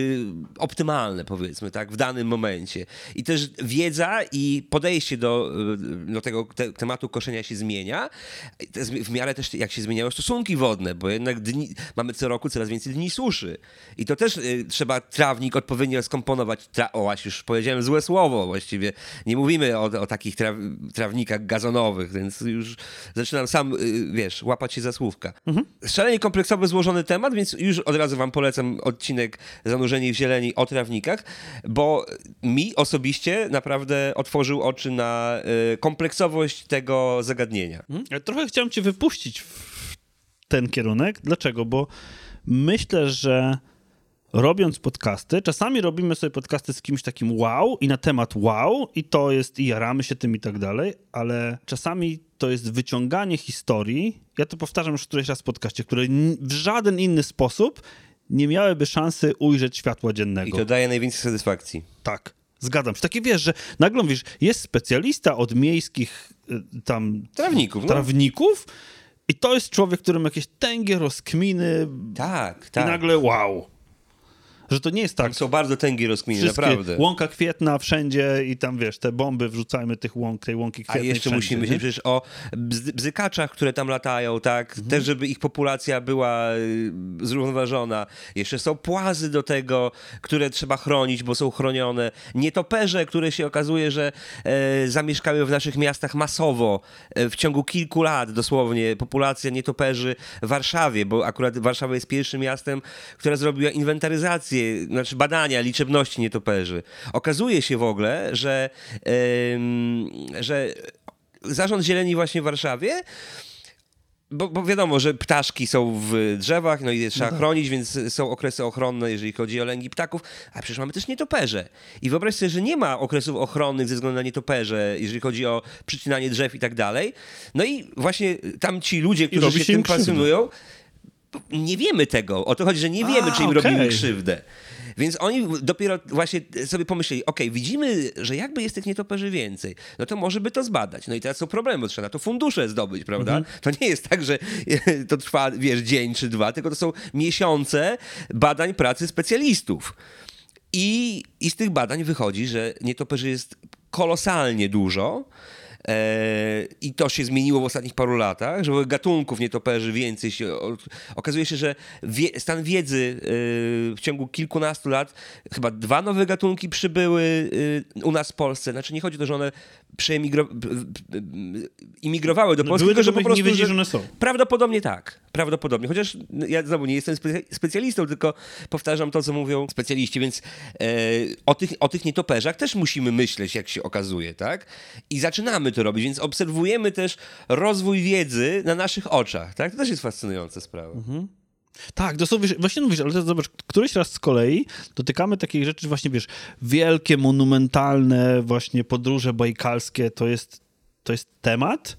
optymalne, powiedzmy, tak? W danym momencie. I też wiedza i podejście do, do tego te, tematu koszenia się zmienia. To jest w miarę też jak się zmieniają stosunki wodne, bo jednak dni, mamy co roku coraz więcej dni suszy. I to też e, trzeba trawnik odpowiednio skomponować. Tra- o, właśnie już powiedziałem złe słowo właściwie. Nie mówimy o, o takich traw, trawnikach gazonowych, więc już zaczynam sam, wiesz, łapać się za słówka. Mhm. Szalenie kompleksowy, złożony temat, więc już od razu wam polecam odcinek Zanurzeni w zieleni o trawnikach, bo mi osobiście naprawdę otworzył oczy na y, kompleksowość tego zagadnienia. Mhm. Ja trochę chciałem cię wypuścić w ten kierunek. Dlaczego? Bo myślę, że robiąc podcasty, czasami robimy sobie podcasty z kimś takim wow i na temat wow i to jest, i jaramy się tym i tak dalej, ale czasami to jest wyciąganie historii, ja to powtarzam już któryś raz w podcaście, które w żaden inny sposób nie miałyby szansy ujrzeć światła dziennego. I to daje najwięcej satysfakcji. Tak, zgadzam się. Takie wiesz, że nagle mówisz, jest specjalista od miejskich y, tam... Trawników, no. Trawników i to jest człowiek, którym jakieś tęgie rozkminy Tak, i tak. nagle wow. Że to nie jest tak. Tam są bardzo tęgie rozkminy, Wszystkie naprawdę. łąka kwietna wszędzie i tam, wiesz, te bomby wrzucajmy tych łąk, tej łąki A kwietnej jeszcze wszędzie, musimy nie? myśleć przecież o bzy- bzykaczach, które tam latają, tak? Mhm. Też, żeby ich populacja była y, zrównoważona. Jeszcze są płazy do tego, które trzeba chronić, bo są chronione. Nietoperze, które się okazuje, że e, zamieszkały w naszych miastach masowo. E, w ciągu kilku lat dosłownie populacja nietoperzy w Warszawie, bo akurat Warszawa jest pierwszym miastem, która zrobiła inwentaryzację, znaczy badania liczebności nietoperzy. Okazuje się w ogóle, że, ym, że Zarząd Zieleni właśnie w Warszawie Bo, bo wiadomo, że ptaszki są w drzewach, no i je trzeba No tak. chronić, więc są okresy ochronne, jeżeli chodzi o lęgi ptaków, a przecież mamy też nietoperze. I wyobraź sobie, że nie ma okresów ochronnych ze względu na nietoperze, jeżeli chodzi o przycinanie drzew i tak dalej. No i właśnie tam ci ludzie, którzy robi się się tym im krzywdę. pasjonują, nie wiemy tego. O to chodzi, że nie wiemy, A, czy im okej. robimy krzywdę. Więc oni dopiero właśnie sobie pomyśleli, okej, widzimy, że jakby jest tych nietoperzy więcej, no to może by to zbadać. No i teraz są problemy, bo trzeba na to fundusze zdobyć, prawda? Mhm. To nie jest tak, że to trwa, wiesz, dzień czy dwa, tylko to są miesiące badań pracy specjalistów. I, i z tych badań wychodzi, że nietoperzy jest kolosalnie dużo. E, I to się zmieniło w ostatnich paru latach, że gatunków nietoperzy więcej się... O, okazuje się, że wie, stan wiedzy y, w ciągu kilkunastu lat chyba dwa nowe gatunki przybyły y, u nas w Polsce. Znaczy nie chodzi o to, że one przeemigro, imigrowały do No, Polski, były tylko że tylko po my nie prostu... wiedzieli, że one są. Prawdopodobnie tak. Prawdopodobnie. Chociaż ja znowu nie jestem specy- specjalistą, tylko powtarzam to, co mówią specjaliści, więc e, o, tych, o tych nietoperzach też musimy myśleć, jak się okazuje, tak? I zaczynamy to robić, więc obserwujemy też rozwój wiedzy na naszych oczach, tak? To też jest fascynująca sprawa. Mhm. Tak, to są, wiesz, właśnie mówisz, ale to zobacz, któryś raz z kolei dotykamy takich rzeczy, właśnie wiesz, wielkie, monumentalne właśnie podróże bajkalskie to jest, to jest temat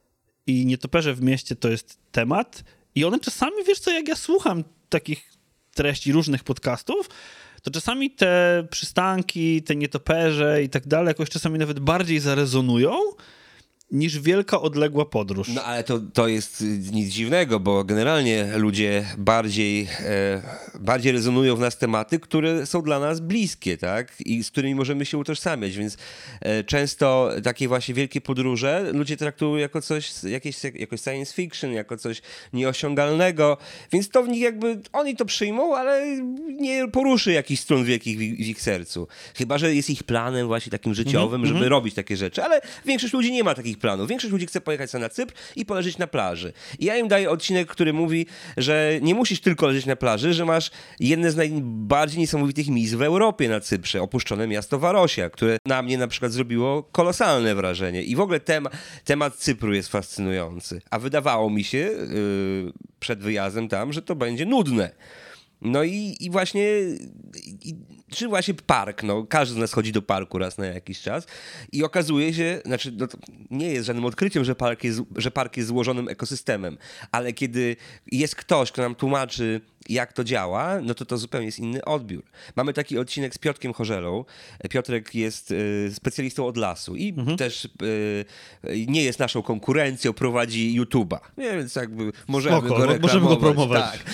i nietoperze w mieście to jest temat i one czasami, wiesz co, jak ja słucham takich treści różnych podcastów, to czasami te przystanki, te nietoperze i tak dalej jakoś czasami nawet bardziej zarezonują niż wielka, odległa podróż. No ale to, to jest nic dziwnego, bo generalnie ludzie bardziej, e, bardziej rezonują w nas tematy, które są dla nas bliskie, tak? I z którymi możemy się utożsamiać, więc e, często takie właśnie wielkie podróże ludzie traktują jako coś, jakieś, jako science fiction, jako coś nieosiągalnego, więc to w nich jakby, oni to przyjmą, ale nie poruszy jakichś strun wielkich w, w ich sercu. Chyba że jest ich planem właśnie takim życiowym, Mhm, żeby mhm. robić takie rzeczy, ale większość ludzi nie ma takich planów. Większość ludzi chce pojechać sobie na Cypr i poleżeć na plaży. I ja im daję odcinek, który mówi, że nie musisz tylko leżeć na plaży, że masz jedne z najbardziej niesamowitych miejsc w Europie na Cyprze, opuszczone miasto Varosia, które na mnie na przykład zrobiło kolosalne wrażenie. I w ogóle tema, temat Cypru jest fascynujący. A wydawało mi się yy, przed wyjazdem tam, że to będzie nudne. No i, i właśnie, i, czy właśnie park, no każdy z nas chodzi do parku raz na jakiś czas i okazuje się, znaczy no to nie jest żadnym odkryciem, że park jest, że park jest złożonym ekosystemem, ale kiedy jest ktoś, kto nam tłumaczy, jak to działa, no to to zupełnie jest inny odbiór. Mamy taki odcinek z Piotrkiem Chorzelą. Piotrek jest y, specjalistą od lasu i Mhm. też y, nie jest naszą konkurencją, prowadzi YouTube'a, więc jakby możemy Spoko, go mo- reklamować. możemy go promować. Tak.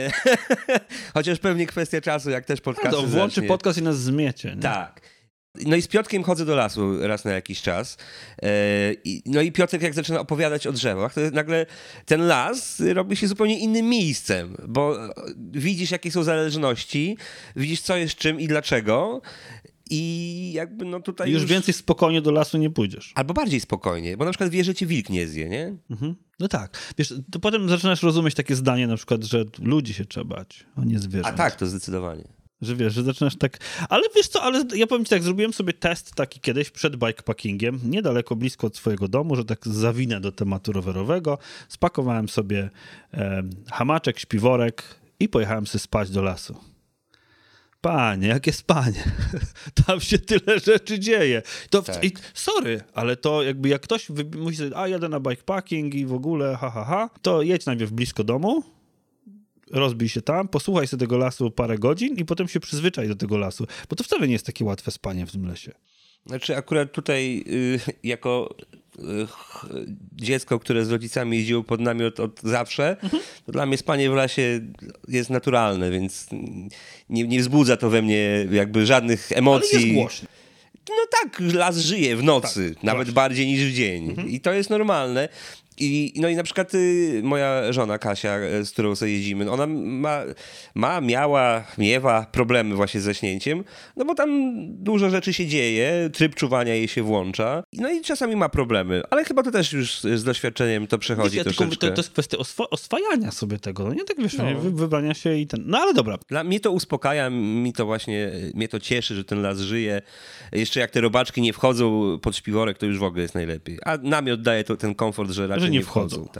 Chociaż pewnie kwestia czasu, jak też podcasty to włączy zacznie. podcast i nas zmiecie. Nie? Tak. No i z Piotrkiem chodzę do lasu raz na jakiś czas. E, i- No i Piotrek jak zaczyna opowiadać o drzewach, to nagle ten las robi się zupełnie innym miejscem, bo widzisz, jakie są zależności, widzisz, co jest czym i dlaczego. I jakby no tutaj Już więcej spokojnie do lasu nie pójdziesz. Albo bardziej spokojnie, bo na przykład wiesz, że cię wilk nie zje, nie? Mhm. No tak. Wiesz, to potem zaczynasz rozumieć takie zdanie na przykład, że ludzi się trzeba bać, a nie zwierząt. A tak, to zdecydowanie. Że wiesz, że zaczynasz tak... Ale wiesz co, ale ja powiem ci tak, zrobiłem sobie test taki kiedyś przed bikepackingiem, niedaleko, blisko od swojego domu, że tak zawinę do tematu rowerowego. Spakowałem sobie e, hamaczek, śpiworek i pojechałem sobie spać do lasu. Panie, jakie spanie. Tam się tyle rzeczy dzieje. To, Tak. i, sorry, ale to jakby jak ktoś wy- mówi sobie, a jadę na bikepacking i w ogóle ha, ha, ha, to jedź najpierw blisko domu, rozbij się tam, posłuchaj sobie tego lasu parę godzin i potem się przyzwyczaj do tego lasu, bo to wcale nie jest takie łatwe spanie w tym lesie. Znaczy akurat tutaj y, jako y, ch- dziecko, które z rodzicami jeździło pod namiot od zawsze, Mhm. to dla mnie spanie w lesie jest naturalne, więc nie, nie wzbudza to we mnie jakby żadnych Ale emocji. jest głośno. No tak, las żyje w nocy, Tak, nawet właśnie. bardziej niż w dzień. Mhm. I to jest normalne. I, no i na przykład y, moja żona Kasia, y, z którą sobie jeździmy, ona ma, ma, miała, miewa problemy właśnie ze śnięciem, no bo tam dużo rzeczy się dzieje, tryb czuwania jej się włącza, no i czasami ma problemy, ale chyba to też już z doświadczeniem to przechodzi Ja tylko mówię, troszeczkę. to, to jest kwestia oswo- oswajania sobie tego, no nie tak wiesz, No. nie, wy, wybrania się i ten, no ale dobra. Dla mnie to uspokaja, mi to właśnie, mnie to cieszy, że ten las żyje. Jeszcze jak te robaczki nie wchodzą pod śpiworek, to już w ogóle jest najlepiej. A namiot daje to ten komfort, że raczej Że nie nie wchodzą. wchodzą. Tak.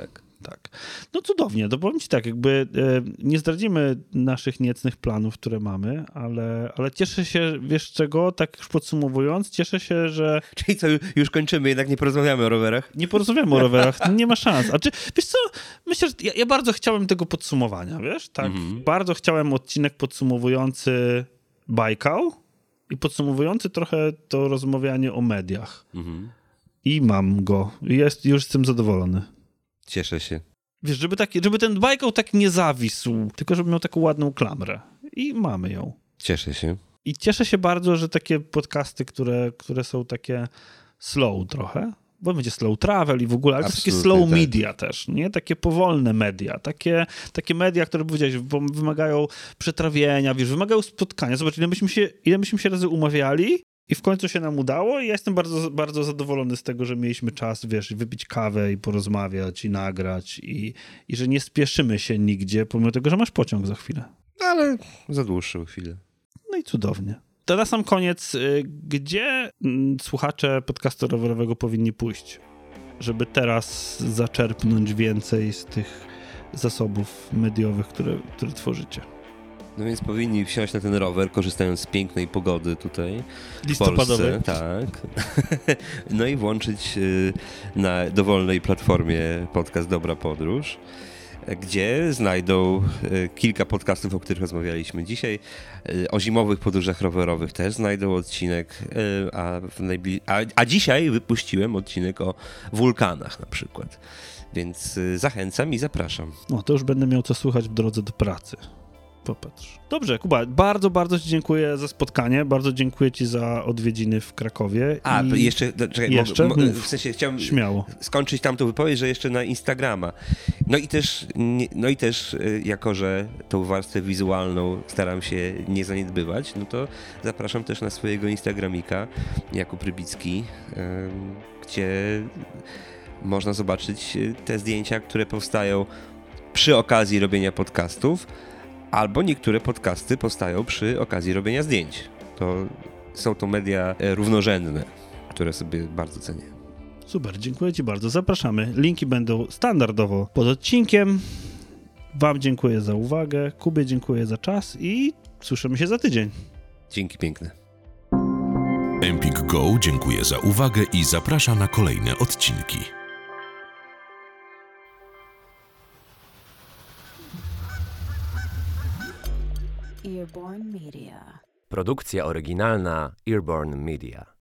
Tak. No cudownie, to powiem ci tak, jakby e, nie zdradzimy naszych niecnych planów, które mamy, ale, ale cieszę się, wiesz czego, tak już podsumowując, cieszę się, że... Czyli co, już kończymy, jednak nie porozmawiamy o rowerach? Nie porozmawiamy o rowerach, nie ma szans. A czy, wiesz co, myślę, że ja, ja bardzo chciałem tego podsumowania, wiesz, tak? Mhm. Bardzo chciałem odcinek podsumowujący Bajkał i podsumowujący trochę to rozmawianie o mediach. Mhm. I mam go. Jest, już jestem zadowolony. Cieszę się. Wiesz, żeby, taki, żeby ten Bajkał tak nie zawisł, tylko żeby miał taką ładną klamrę. I mamy ją. Cieszę się. I cieszę się bardzo, że takie podcasty, które, które są takie slow trochę, bo będzie slow travel i w ogóle, ale to jest takie slow tak. media też, nie? Takie powolne media, takie, takie media, które powiedziałeś, wymagają przetrawienia, wiesz, wymagają spotkania. Zobacz, ile myśmy się, ile myśmy się razy umawiali i w końcu się nam udało i ja jestem bardzo, bardzo zadowolony z tego, że mieliśmy czas, wiesz, wypić kawę i porozmawiać i nagrać i, i że nie spieszymy się nigdzie, pomimo tego, że masz pociąg za chwilę. Ale za dłuższą chwilę. No i cudownie. To na sam koniec, gdzie słuchacze podcastu rowerowego powinni pójść, żeby teraz zaczerpnąć więcej z tych zasobów mediowych, które, które tworzycie? No więc powinni wsiąść na ten rower, korzystając z pięknej pogody tutaj w listopadowej. Polsce. Tak. No i włączyć na dowolnej platformie podcast Dobra Podróż, gdzie znajdą kilka podcastów, o których rozmawialiśmy dzisiaj. O zimowych podróżach rowerowych też znajdą odcinek, a, w najbli- a, a dzisiaj wypuściłem odcinek o wulkanach na przykład. Więc zachęcam i zapraszam. No to już będę miał co słuchać w drodze do pracy. Popatrz. Dobrze, Kuba, bardzo, bardzo ci dziękuję za spotkanie, bardzo dziękuję ci za odwiedziny w Krakowie. A, i... jeszcze, czekaj, jeszcze? Mo, mo, w sensie chciałem Śmiało. skończyć tamtą wypowiedź, że jeszcze na Instagrama. No i też, no i też jako, że tą warstwę wizualną staram się nie zaniedbywać, no to zapraszam też na swojego Instagramika, Jakub Rybicki, gdzie można zobaczyć te zdjęcia, które powstają przy okazji robienia podcastów, albo niektóre podcasty powstają przy okazji robienia zdjęć. To są to media równorzędne, które sobie bardzo cenię. Super, dziękuję ci bardzo. Zapraszamy. Linki będą standardowo pod odcinkiem. Wam dziękuję za uwagę, Kubie dziękuję za czas i słyszymy się za tydzień. Dzięki piękne. Empik Go dziękuję za uwagę i zaprasza na kolejne odcinki. Earborn Media. Produkcja oryginalna Earborn Media.